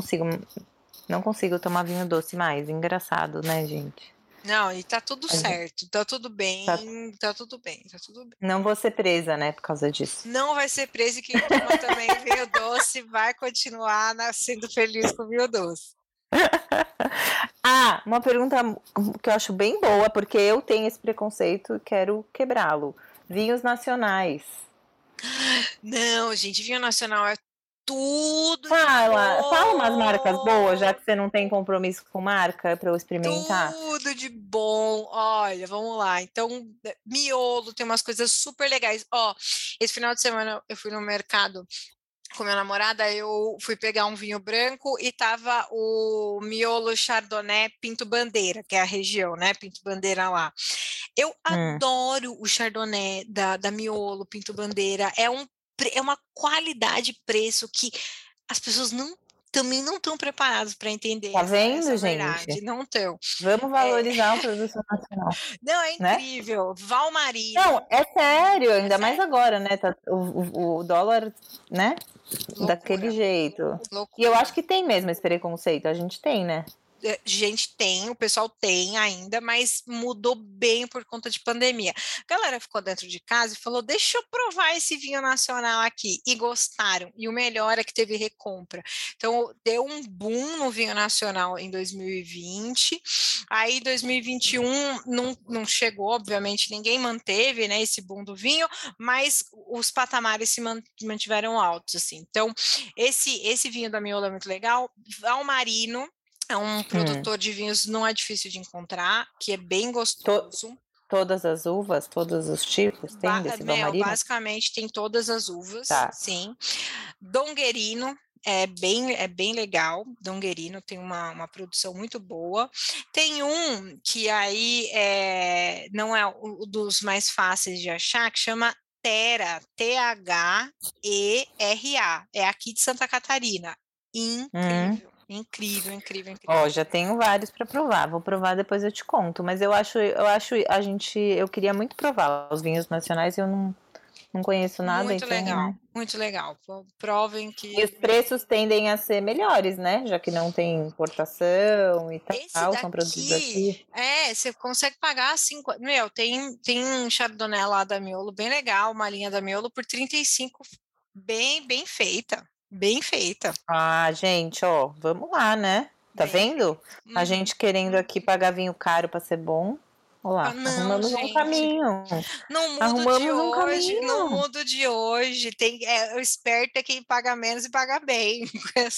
B: não consigo tomar vinho doce mais. Engraçado, né, gente?
A: Não, e tá tudo
B: Mas
A: certo, tá tudo
B: tá-
A: bem, tá tudo bem, tá tudo bem.
B: não vou ser presa, né, por causa disso.
A: Não vai ser preso e quem toma também vinho doce vai continuar sendo feliz com vinho doce.
B: Ah, uma pergunta que eu acho bem boa, porque eu tenho esse preconceito e quero quebrá-lo. Vinhos nacionais.
A: Não, gente, vinho nacional é tudo de
B: Fala umas marcas boas, já
A: bom,
B: que você não tem compromisso com marca para eu experimentar.
A: tudo de bom. Olha, vamos lá. Então, miolo tem umas coisas super legais. Ó, esse final de semana eu fui no mercado com minha namorada, eu fui pegar um vinho branco e tava o miolo Chardonnay Pinto Bandeira, que é a região, né? Pinto Bandeira lá. Eu adoro o Chardonnay da Miolo Pinto Bandeira. É uma qualidade e preço que as pessoas também não estão preparadas para entender
B: Tá
A: essa
B: vendo,
A: verdade.
B: gente?
A: Não estão.
B: Vamos
A: É,
B: valorizar a produção nacional,
A: não, é
B: né?
A: incrível. Valmarino,
B: Não, é sério,
A: é
B: ainda mais
A: sério?
B: agora, né? O dólar, né? Daquele
A: Loucura,
B: jeito. E eu
A: loucura.
B: acho que tem mesmo esse preconceito. A gente tem, né?
A: Gente tem, o pessoal tem ainda, mas mudou bem por conta de pandemia. A galera ficou dentro de casa e falou: deixa eu provar esse vinho nacional aqui. E gostaram. E o melhor é que teve recompra. Então, deu um boom no vinho nacional em 2020. Aí, 2021 não chegou, obviamente, ninguém manteve, né, esse boom do vinho, mas os patamares se mantiveram altos, assim. Então, esse vinho da Miolo é muito legal. Valmarino é um produtor de vinhos, não é difícil de encontrar, que é bem
B: To-
A: gostoso.
B: Todas as uvas, todos os tipos, tem desse Valmarino?
A: Basicamente tem todas as uvas,
B: Tá.
A: sim. Donguerino é bem legal. Donguerino tem uma produção muito boa. Tem um que aí não é o dos mais fáceis de achar, que chama Thera, Thera. É aqui de Santa Catarina.
B: Hum.
A: Incrível, incrível, incrível,
B: Ó,
A: incrível.
B: já tenho vários para provar. Vou provar depois eu te conto. Mas eu queria muito provar os vinhos nacionais e eu não conheço nada, então.
A: Muito legal. Provem
B: E os
A: que
B: preços tendem a ser melhores, né? Já que não tem importação e
A: esse
B: tal, são produzidos aqui.
A: daqui, você consegue pagar 5. Tem um Chardonnay lá da Miolo, bem legal, uma linha da Miolo por 35, bem feita, bem feita,
B: Ah, gente, ó, vamos lá, né? Tá
A: bem
B: vendo?
A: feita.
B: A
A: Uhum.
B: gente querendo aqui pagar vinho caro para ser bom. Olha
A: Ah,
B: lá,
A: não,
B: arrumamos um
A: gente,
B: caminho.
A: não mudo de
B: Arrumamos um
A: hoje, não
B: caminho,
A: mudo de hoje. O esperto é quem paga menos e paga bem.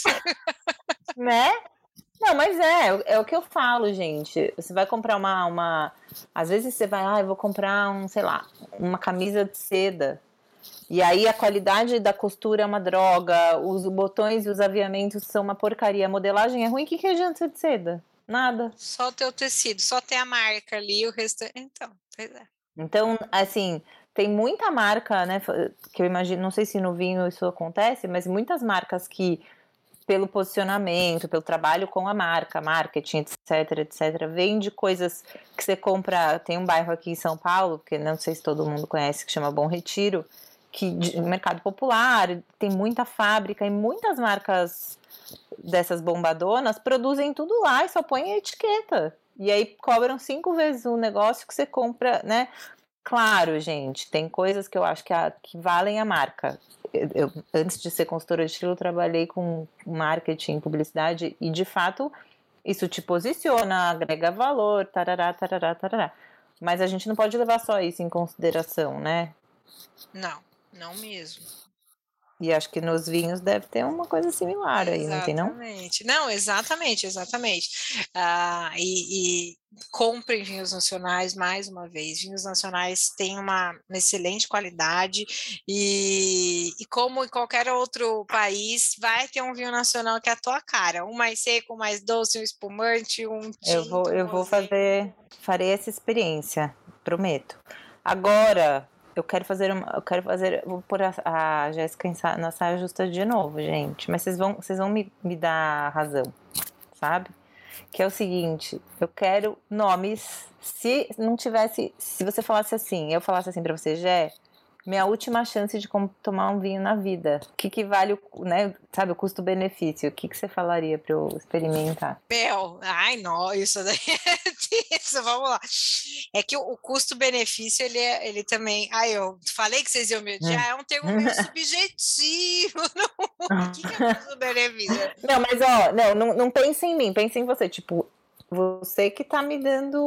B: né? Não, mas é o que eu falo, gente. Você vai comprar às vezes você vai, eu vou comprar sei lá, uma camisa de seda. E aí a qualidade da costura é uma droga, os botões e os aviamentos são uma porcaria, a modelagem é ruim, o que adianta ser de seda? Nada.
A: Só ter o tecido, só ter a marca ali, o resto. Então, pois é.
B: Então, assim, tem muita marca, né, que eu imagino, não sei se no vinho isso acontece, mas muitas marcas que, pelo posicionamento, pelo trabalho com a marca, marketing, etc, vende coisas que você compra. Tem um bairro aqui em São Paulo, que não sei se todo mundo conhece, que chama Bom Retiro, de mercado popular, tem muita fábrica e muitas marcas dessas bombadonas produzem tudo lá e só põem a etiqueta. E aí cobram 5 vezes o negócio que você compra, né? Claro, gente, tem coisas que eu acho que valem a marca. Eu, antes de ser consultora de estilo, trabalhei com marketing, publicidade, e de fato isso te posiciona, agrega valor, tarará, tarará, tarará. Mas a gente não pode levar só isso em consideração, né?
A: Não mesmo.
B: E acho que nos vinhos deve ter uma coisa similar aí, não tem não?
A: Exatamente. Não, exatamente. E comprem vinhos nacionais, mais uma vez. Vinhos nacionais têm uma excelente qualidade e como em qualquer outro país, vai ter um vinho nacional que é a tua cara. Um mais seco, um mais doce, um espumante, um tinto,
B: Eu
A: um
B: vou
A: rosé.
B: farei essa experiência, prometo. Agora, vou pôr a Jéssica na saia justa de novo, gente. Mas vocês vão me dar razão, sabe? Que é o seguinte, eu quero nomes. Se não tivesse, se você falasse assim, eu falasse assim pra você, Jé, minha última chance de tomar um vinho na vida. O que vale, né? Sabe, o custo-benefício? O que você falaria pra eu experimentar?
A: Ai, não, isso daí isso, vamos lá. É que o custo-benefício, ele também. Ai, eu falei que vocês iam me odiar, é um termo meio subjetivo. O que é custo-benefício?
B: Não, mas ó, não pense em mim, pense em você. Tipo, você que tá me dando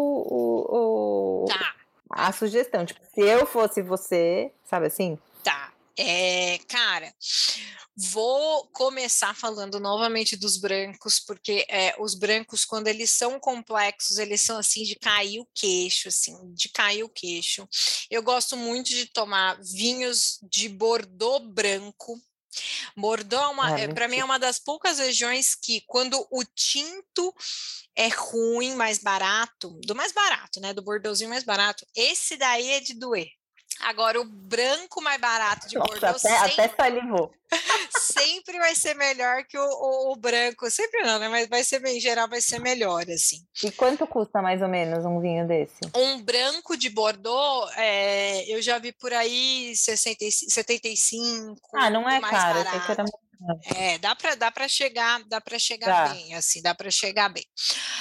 A: Tá.
B: a sugestão. Tipo, se eu fosse você, sabe assim?
A: Tá. Cara, vou começar falando novamente dos brancos, porque os brancos, quando eles são complexos, eles são assim de cair o queixo, assim, de cair o queixo. Eu gosto muito de tomar vinhos de Bordeaux branco. Bordeaux, para mim, é uma das poucas regiões que, quando o tinto é ruim, mais barato, do mais barato, né, do Bordeauxzinho mais barato, esse daí é de doer. Agora, o branco mais barato de Bordeaux
B: até salivou.
A: Sempre vai ser melhor que o branco. Sempre não, né? Mas vai ser, em geral, vai ser melhor, assim.
B: E quanto custa mais ou menos um vinho desse?
A: Um branco de Bordeaux, eu já vi por aí 75,
B: Ah, não é
A: mais
B: caro, achei que era
A: barato. Dá para chegar
B: Dá.
A: bem, assim, dá para chegar bem.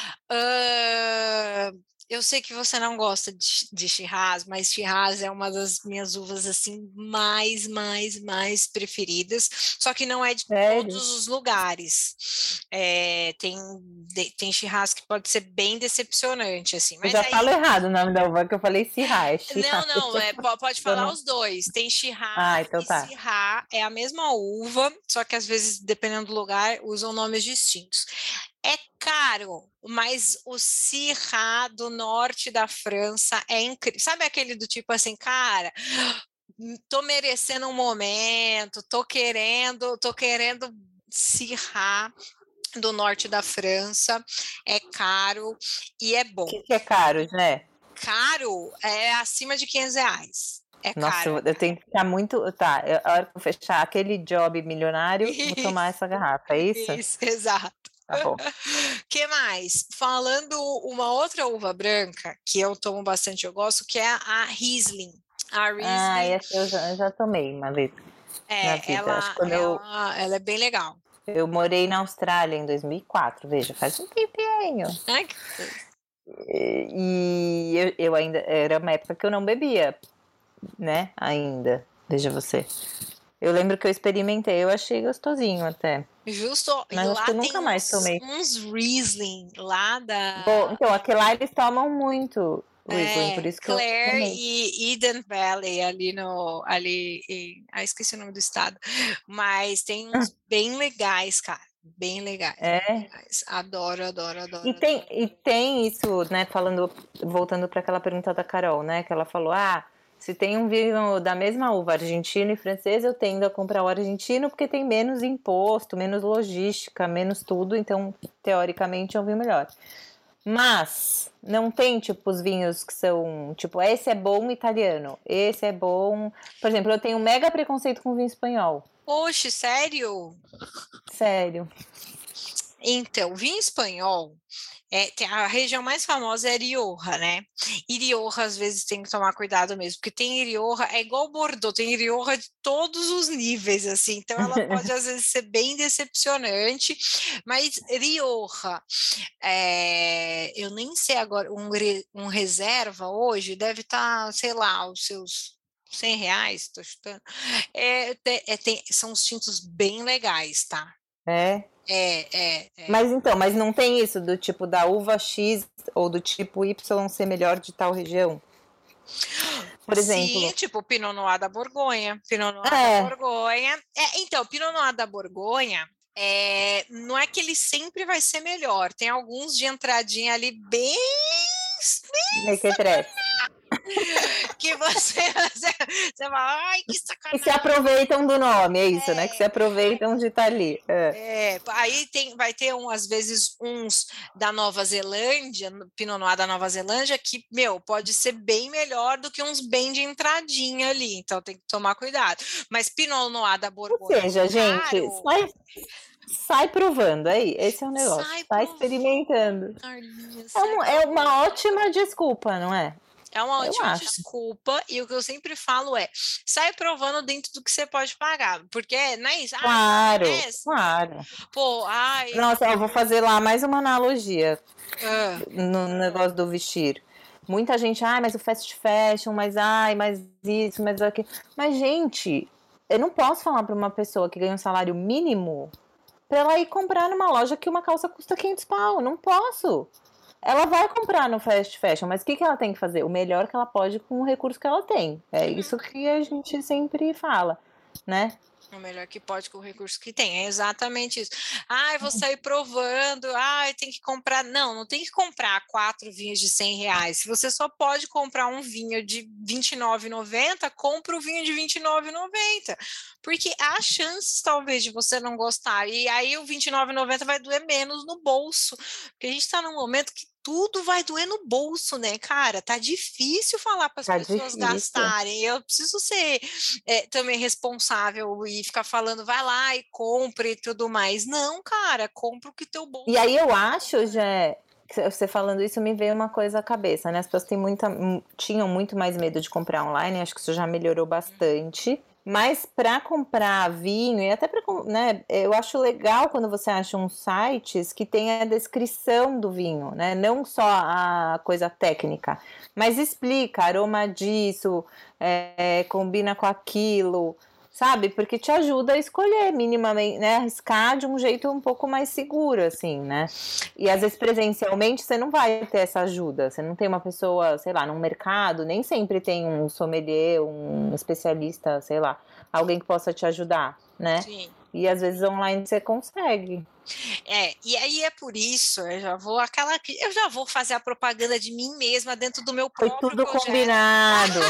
A: Eu sei que você não gosta de Shiraz, mas Shiraz é uma das minhas uvas assim mais preferidas, só que não é de
B: Sério?
A: todos os lugares. Tem Shiraz que pode ser bem decepcionante, assim,
B: Eu
A: mas
B: já
A: aí
B: falo errado o nome da uva, que eu falei Syrah, é Shiraz.
A: não, pode falar os dois. Tem
B: Ah,
A: Shiraz
B: então
A: e
B: tá.
A: Syrah, é a mesma uva, só que às vezes, dependendo do lugar, usam nomes distintos. É caro, mas o Syrah do norte da França é incrível. Sabe aquele do tipo assim, cara, tô merecendo um momento, tô querendo Syrah do norte da França, é caro e é bom.
B: O que é caro, né?
A: Caro é acima de R$ 500. É
B: Nossa,
A: caro.
B: eu tenho que ficar muito. Tá, a hora que eu fechar aquele job milionário, vou tomar
A: Isso,
B: essa garrafa, é isso?
A: isso, exato.
B: Tá bom.
A: Que mais? Falando uma outra uva branca que eu tomo bastante, eu gosto, que é a Riesling. A
B: Ah,
A: Riesling,
B: essa eu já tomei uma vez na vida. Acho que quando
A: ela é bem legal.
B: eu morei na Austrália em 2004, veja, faz um tempinho.
A: Ai, que gostoso.
B: E eu ainda. Era uma época que eu não bebia, né? Ainda. Veja você. Eu lembro que eu experimentei, eu achei gostosinho até.
A: Justo, e
B: Mas acho que
A: lá
B: eu
A: tem
B: nunca mais tomei.
A: uns Riesling lá
B: Bom,
A: da
B: então, aquele lá eles tomam muito Riesling, por isso que eu
A: Clare
B: tomei.
A: e Eden Valley esqueci o nome do estado, mas tem uns bem legais, cara, bem legais, bem
B: É.
A: legais. Adoro.
B: E tem isso, né? Voltando para aquela pergunta da Carol, né? Que ela falou: se tem um vinho da mesma uva, argentino e francês, eu tendo a comprar o argentino porque tem menos imposto, menos logística, menos tudo, então teoricamente é um vinho melhor. Mas não tem tipo os vinhos que são tipo, esse é bom italiano, esse é bom. Por exemplo, eu tenho um mega preconceito com vinho espanhol.
A: Oxe, sério?
B: Sério.
A: Então, vinho espanhol, a região mais famosa é Rioja, né? E Rioja, às vezes, tem que tomar cuidado mesmo, porque tem Rioja, é igual Bordeaux, tem Rioja de todos os níveis, assim, então ela pode, às vezes, ser bem decepcionante, mas Rioja, eu nem sei agora, um reserva hoje deve estar, sei lá, os seus R$ 100, estou chutando, são os tintos bem legais, tá?
B: É. Mas então, mas não tem isso do tipo da uva X ou do tipo Y ser melhor de tal região? Por
A: Sim,
B: exemplo.
A: tipo Pinot Noir da Borgonha. Pinot Noir da Borgonha. Então, Pinot Noir da Borgonha, não é que ele sempre vai ser melhor. Tem alguns de entradinha ali bem
B: Mequetrefe.
A: que você fala, ai, que
B: E se
A: sacanagem.
B: aproveitam do nome, é isso, né? Que se aproveitam de estar ali.
A: Aí vai ter às vezes uns da Nova Zelândia, Pinot Noir da Nova Zelândia, que, pode ser bem melhor do que uns bem de entradinha ali, então tem que tomar cuidado. Mas Pinot Noir da
B: Ou
A: Borgonha
B: seja, gente,
A: caro,
B: sai provando aí. Esse é o negócio.
A: sai
B: Sai
A: provando,
B: experimentando.
A: Carlinha, sai
B: É
A: provando.
B: uma ótima desculpa, não é?
A: É uma
B: Eu
A: ótima
B: acho.
A: desculpa, e o que eu sempre falo sai provando dentro do que você pode pagar, porque não é isso,
B: Claro, claro.
A: pô, ai...
B: Nossa, eu vou fazer lá mais uma analogia
A: Ah,
B: no negócio do vestir. Muita gente, mas o fast fashion, mas isso, mas aquilo. Mas, gente, eu não posso falar para uma pessoa que ganha um salário mínimo para ela ir comprar numa loja que uma calça custa 500 pau. Não posso. Ela vai comprar no fast fashion, mas o que ela tem que fazer? O melhor que ela pode com o recurso que ela tem. É isso que a gente sempre fala, né?
A: o melhor que pode com o recurso que tem, é exatamente isso. Eu vou sair provando, tem que comprar. Não tem que comprar 4 vinhos de R$ 100. Se você só pode comprar um vinho de R$ 29,90, compra o vinho de R$ 29,90. Porque há chances, talvez, de você não gostar. E aí o R$ 29,90 vai doer menos no bolso. Porque a gente está num momento que tudo vai doer no bolso, né, cara? Tá difícil falar para as
B: Tá
A: pessoas
B: difícil.
A: gastarem. Eu preciso ser também responsável e ficar falando, vai lá e compre e tudo mais. Não, cara, compra o que teu bolso.
B: E aí eu acho, você falando isso, me veio uma coisa à cabeça, né? As pessoas tinham muito mais medo de comprar online, acho que isso já melhorou bastante. Mas para comprar vinho, e até para, né, eu acho legal quando você acha uns sites que tem a descrição do vinho, né? Não só a coisa técnica, mas explica aroma disso, combina com aquilo, sabe? Porque te ajuda a escolher minimamente, né? Arriscar de um jeito um pouco mais seguro, assim, né? E às vezes presencialmente você não vai ter essa ajuda. Você não tem uma pessoa, sei lá, num mercado, nem sempre tem um sommelier, um especialista, sei lá, alguém que possa te ajudar, né?
A: Sim.
B: E às vezes online você consegue.
A: E aí é por isso, eu já vou fazer a propaganda de mim mesma dentro do meu
B: Foi
A: próprio
B: tudo
A: projeto.
B: combinado.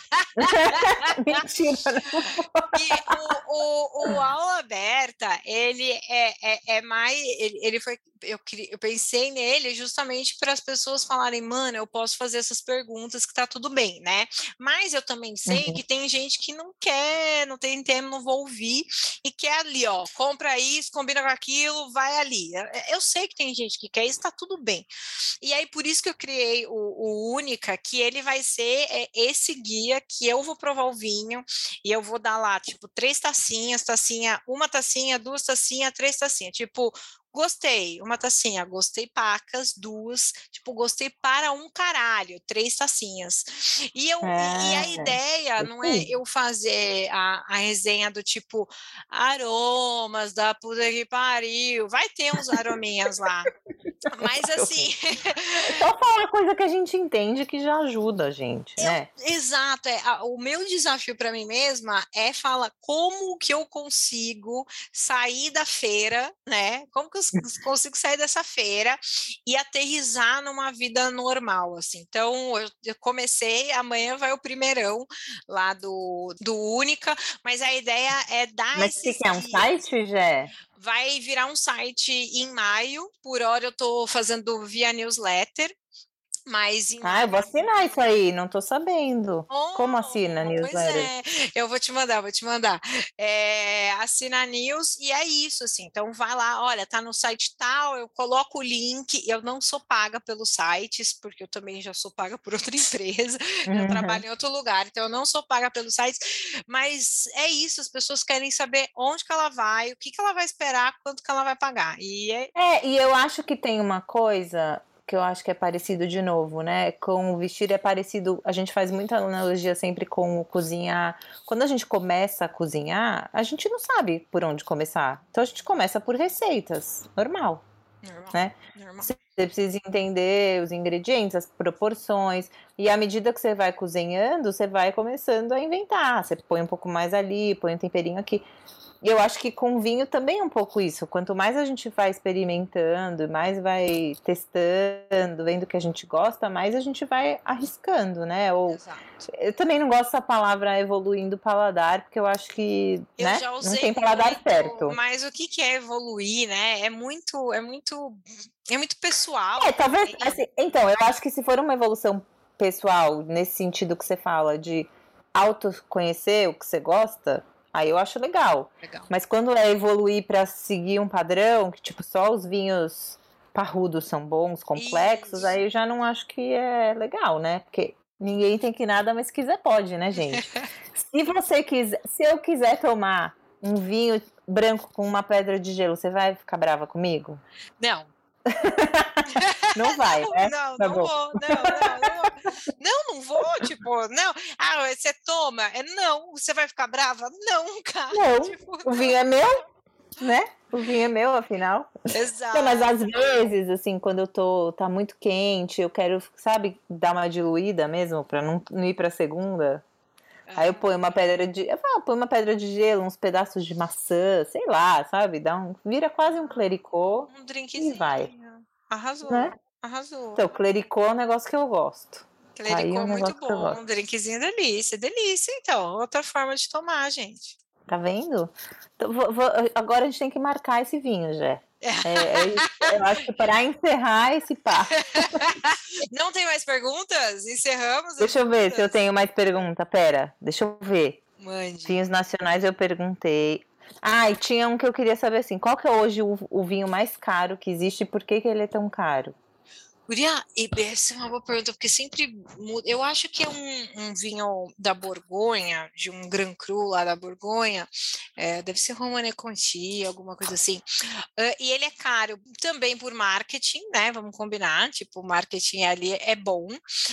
B: Mentira, não.
A: E o aula aberta, ele é mais, ele foi, eu pensei nele justamente para as pessoas falarem, mano, eu posso fazer essas perguntas que tá tudo bem, né? Mas eu também sei que tem gente que não quer, não tem tempo, não vou ouvir, e quer ali, ó, compra isso, combina com aquilo, vai ali. Eu sei que tem gente que quer isso, tá tudo bem. E aí, por isso que eu criei o Única, que ele vai ser esse guia que eu vou provar o vinho e eu vou dar lá, tipo, 3 tacinhas, uma tacinha, 2 tacinhas, 3 tacinhas. Tipo, gostei, uma tacinha, gostei pacas, 2, tipo, gostei para um caralho, 3 tacinhas. E a ideia não é eu fazer a resenha do tipo aromas da puta que pariu, vai ter uns arominhas lá. Mas assim.
B: Só falar coisa que a gente entende que já ajuda a gente, né?
A: Exato, o meu desafio para mim mesma é falar como que eu consigo sair da feira, né? Como que eu consigo sair dessa feira e aterrissar numa vida normal, assim. Então, eu comecei, amanhã vai o primeirão lá do Única, mas a ideia é dar
B: Mas o
A: esses
B: que é um
A: guias.
B: site, Jé?
A: Vai virar um site em maio, por hora eu estou fazendo via newsletter. Mas em
B: Eu vou assinar isso aí, não tô sabendo. Como assina a
A: pois
B: newsletter?
A: é, eu vou te mandar. Assina a news e é isso, assim. Então vai lá, olha, tá no site tal, eu coloco o link. Eu não sou paga pelos sites, porque eu também já sou paga por outra empresa, eu trabalho em outro lugar, então eu não sou paga pelos sites, mas é isso, as pessoas querem saber onde que ela vai, o que que ela vai esperar, quanto que ela vai pagar.
B: E eu acho que tem uma coisa que eu acho que é parecido de novo, né? Com o vestir é parecido. A gente faz muita analogia sempre com o cozinhar. Quando a gente começa a cozinhar, a gente não sabe por onde começar. Então a gente começa por receitas, normal, né?
A: Normal.
B: Você precisa entender os ingredientes, as proporções, e à medida que você vai cozinhando, você vai começando a inventar. Você põe um pouco mais ali, põe um temperinho aqui. E eu acho que com vinho também é um pouco isso. Quanto mais a gente vai experimentando, mais vai testando, vendo o que a gente gosta, mais a gente vai arriscando, né?
A: Exato.
B: Eu também não gosto dessa palavra evoluindo o paladar, porque eu acho que,
A: eu
B: né?
A: já usei
B: Não tem paladar
A: muito,
B: certo.
A: Mas o que é evoluir, né? É muito pessoal.
B: Talvez. Assim, então, eu acho que se for uma evolução pessoal, nesse sentido que você fala, de autoconhecer o que você gosta, aí eu acho legal. Mas quando é evoluir para seguir um padrão, que tipo, só os vinhos parrudos são bons, complexos,
A: Isso.
B: aí eu já não acho que é legal, né? Porque ninguém tem que nada, mas quiser pode, né, gente? Se eu quiser tomar um vinho branco com uma pedra de gelo, você vai ficar brava comigo?
A: Não.
B: Não vai, né?
A: Não,
B: Tá
A: não
B: bom.
A: vou, não vou, tipo, não, você toma, não, você vai ficar brava? Não, cara.
B: Não,
A: tipo,
B: o vinho é meu, né? O vinho é meu, afinal.
A: Exato.
B: Não, mas às vezes, assim, quando tá muito quente, eu quero, sabe, dar uma diluída mesmo, pra não ir pra segunda. Aí eu ponho uma pedra de gelo, uns pedaços de maçã, sei lá, sabe? Vira quase um clericô
A: Um
B: e
A: drinkzinho.
B: vai.
A: Arrasou,
B: Né?
A: arrasou.
B: Então, clericô é um negócio que eu gosto. Tá aí
A: Clericô
B: um
A: muito
B: negócio que eu
A: bom, um
B: gosto.
A: drinkzinho delícia, então, outra forma de tomar, gente.
B: Tá vendo? Então, agora a gente tem que marcar esse vinho, Jé. Eu acho que para encerrar esse papo.
A: Não tem mais perguntas? Encerramos?
B: Deixa eu ver se eu tenho mais pergunta. Pera, deixa eu ver.
A: Mande.
B: Vinhos nacionais eu perguntei. E tinha um que eu queria saber assim, qual que é hoje o vinho mais caro que existe e por que ele é tão caro?
A: Guria, essa é uma boa pergunta, porque sempre muda. Eu acho que é um vinho da Borgonha, de um Grand Cru lá da Borgonha, deve ser Romanée Conti, alguma coisa assim. E ele é caro também por marketing, né? Vamos combinar, tipo, o marketing ali é bom.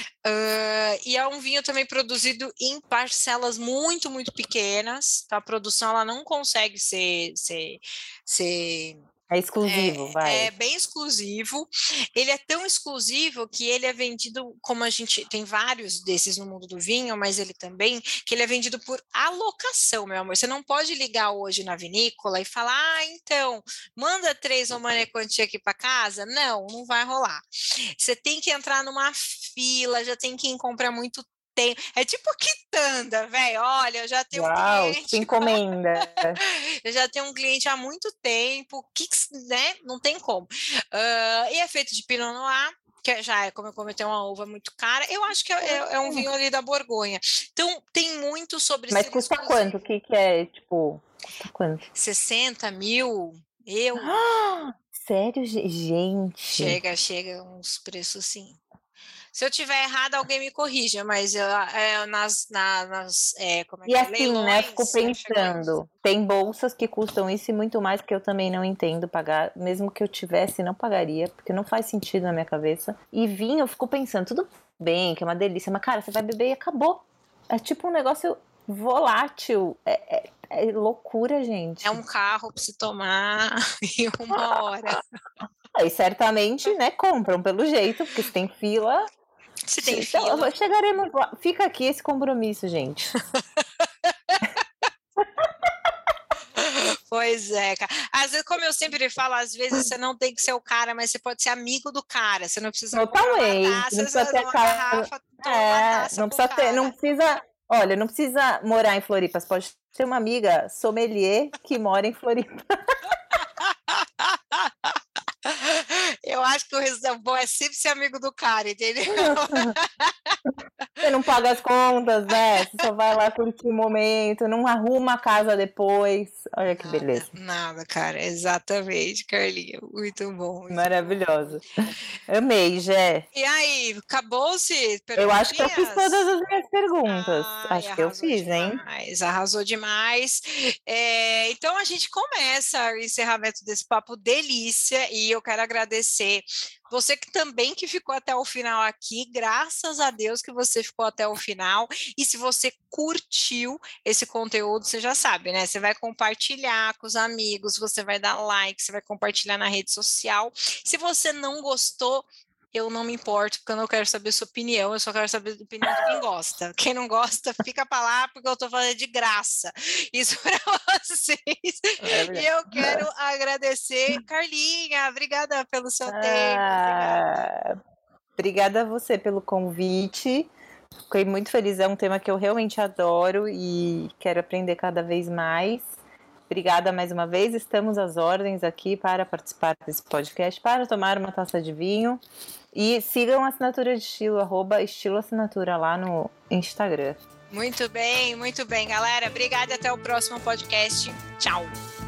A: E é um vinho também produzido em parcelas muito, muito pequenas, tá? A produção ela não consegue ser
B: É exclusivo, vai.
A: É bem exclusivo. Ele é tão exclusivo que ele é vendido, como a gente tem vários desses no mundo do vinho, mas ele também, que ele é vendido por alocação, meu amor. Você não pode ligar hoje na vinícola e falar, então, manda 3 Romanée Conti aqui para casa. Não, não vai rolar. Você tem que entrar numa fila, já tem que comprar muito tempo. É tipo quitanda, velho. Olha, eu já tenho um cliente.
B: Encomenda.
A: Eu já tenho um cliente há muito tempo, né? Não tem como. E é feito de Pinot Noir, que já é, como eu comentei, uma uva muito cara. Eu acho que é um vinho ali da Borgonha. Então, tem muito sobre
B: Mas custa quanto? O que é, tipo, custa quanto?
A: 60 mil euros.
B: Sério, gente?
A: Chega uns preços, sim. Se eu tiver errado, alguém me corrija, mas como é que
B: E
A: é?
B: assim,
A: Leilões,
B: né, fico pensando, tem bolsas que custam isso e muito mais, que eu também não entendo pagar, mesmo que eu tivesse, não pagaria, porque não faz sentido na minha cabeça. E vinho, eu fico pensando, tudo bem, que é uma delícia, mas cara, você vai beber e acabou. É tipo um negócio volátil, é loucura, gente.
A: É um carro para se tomar em uma hora.
B: E certamente, né, compram pelo jeito, porque se tem fila...
A: Se tem fila.
B: Chegaremos lá. Fica aqui esse compromisso, gente.
A: Pois é, cara. Às vezes, como eu sempre falo, às vezes você não tem que ser o cara, mas você pode ser amigo do cara. Você não precisa comprar uma taça,
B: Não precisa ter
A: uma garrafa, tomar uma taça
B: não
A: pro
B: precisa
A: cara.
B: não precisa, olha, não precisa morar em Floripa, você pode ter uma amiga sommelier que mora em Floripa.
A: Eu acho que o resultado bom é sempre ser amigo do cara, entendeu?
B: Você não paga as contas, né? Você só vai lá curtir o momento, não arruma a casa depois. Olha que beleza.
A: Nada, cara. Exatamente, Carlinha. Muito bom.
B: Maravilhosa. Amei, Gé.
A: E aí, acabou-se?
B: Eu acho que eu fiz
A: Perguntinhas?
B: todas as minhas perguntas.
A: Ai,
B: Acho que eu
A: arrasou
B: fiz, hein?
A: demais, arrasou demais. Então a gente começa o encerramento desse papo delícia e eu quero agradecer você que também que ficou até o final aqui, graças a Deus que você ficou até o final. E se você curtiu esse conteúdo, você já sabe, né? Você vai compartilhar com os amigos, você vai dar like, você vai compartilhar na rede social. Se você não gostou, eu não me importo, porque eu não quero saber sua opinião, eu só quero saber a opinião de quem gosta. Quem não gosta, fica para lá, porque eu estou falando de graça. Isso para vocês. E eu quero agradecer, Carlinha, obrigada pelo seu tempo.
B: Obrigada a você pelo convite. Fiquei muito feliz, é um tema que eu realmente adoro e quero aprender cada vez mais. Obrigada mais uma vez, estamos às ordens aqui para participar desse podcast, para tomar uma taça de vinho. E sigam a Assinatura de Estilo, @estiloassinatura lá no Instagram.
A: Muito bem, galera. Obrigada, até o próximo podcast. Tchau.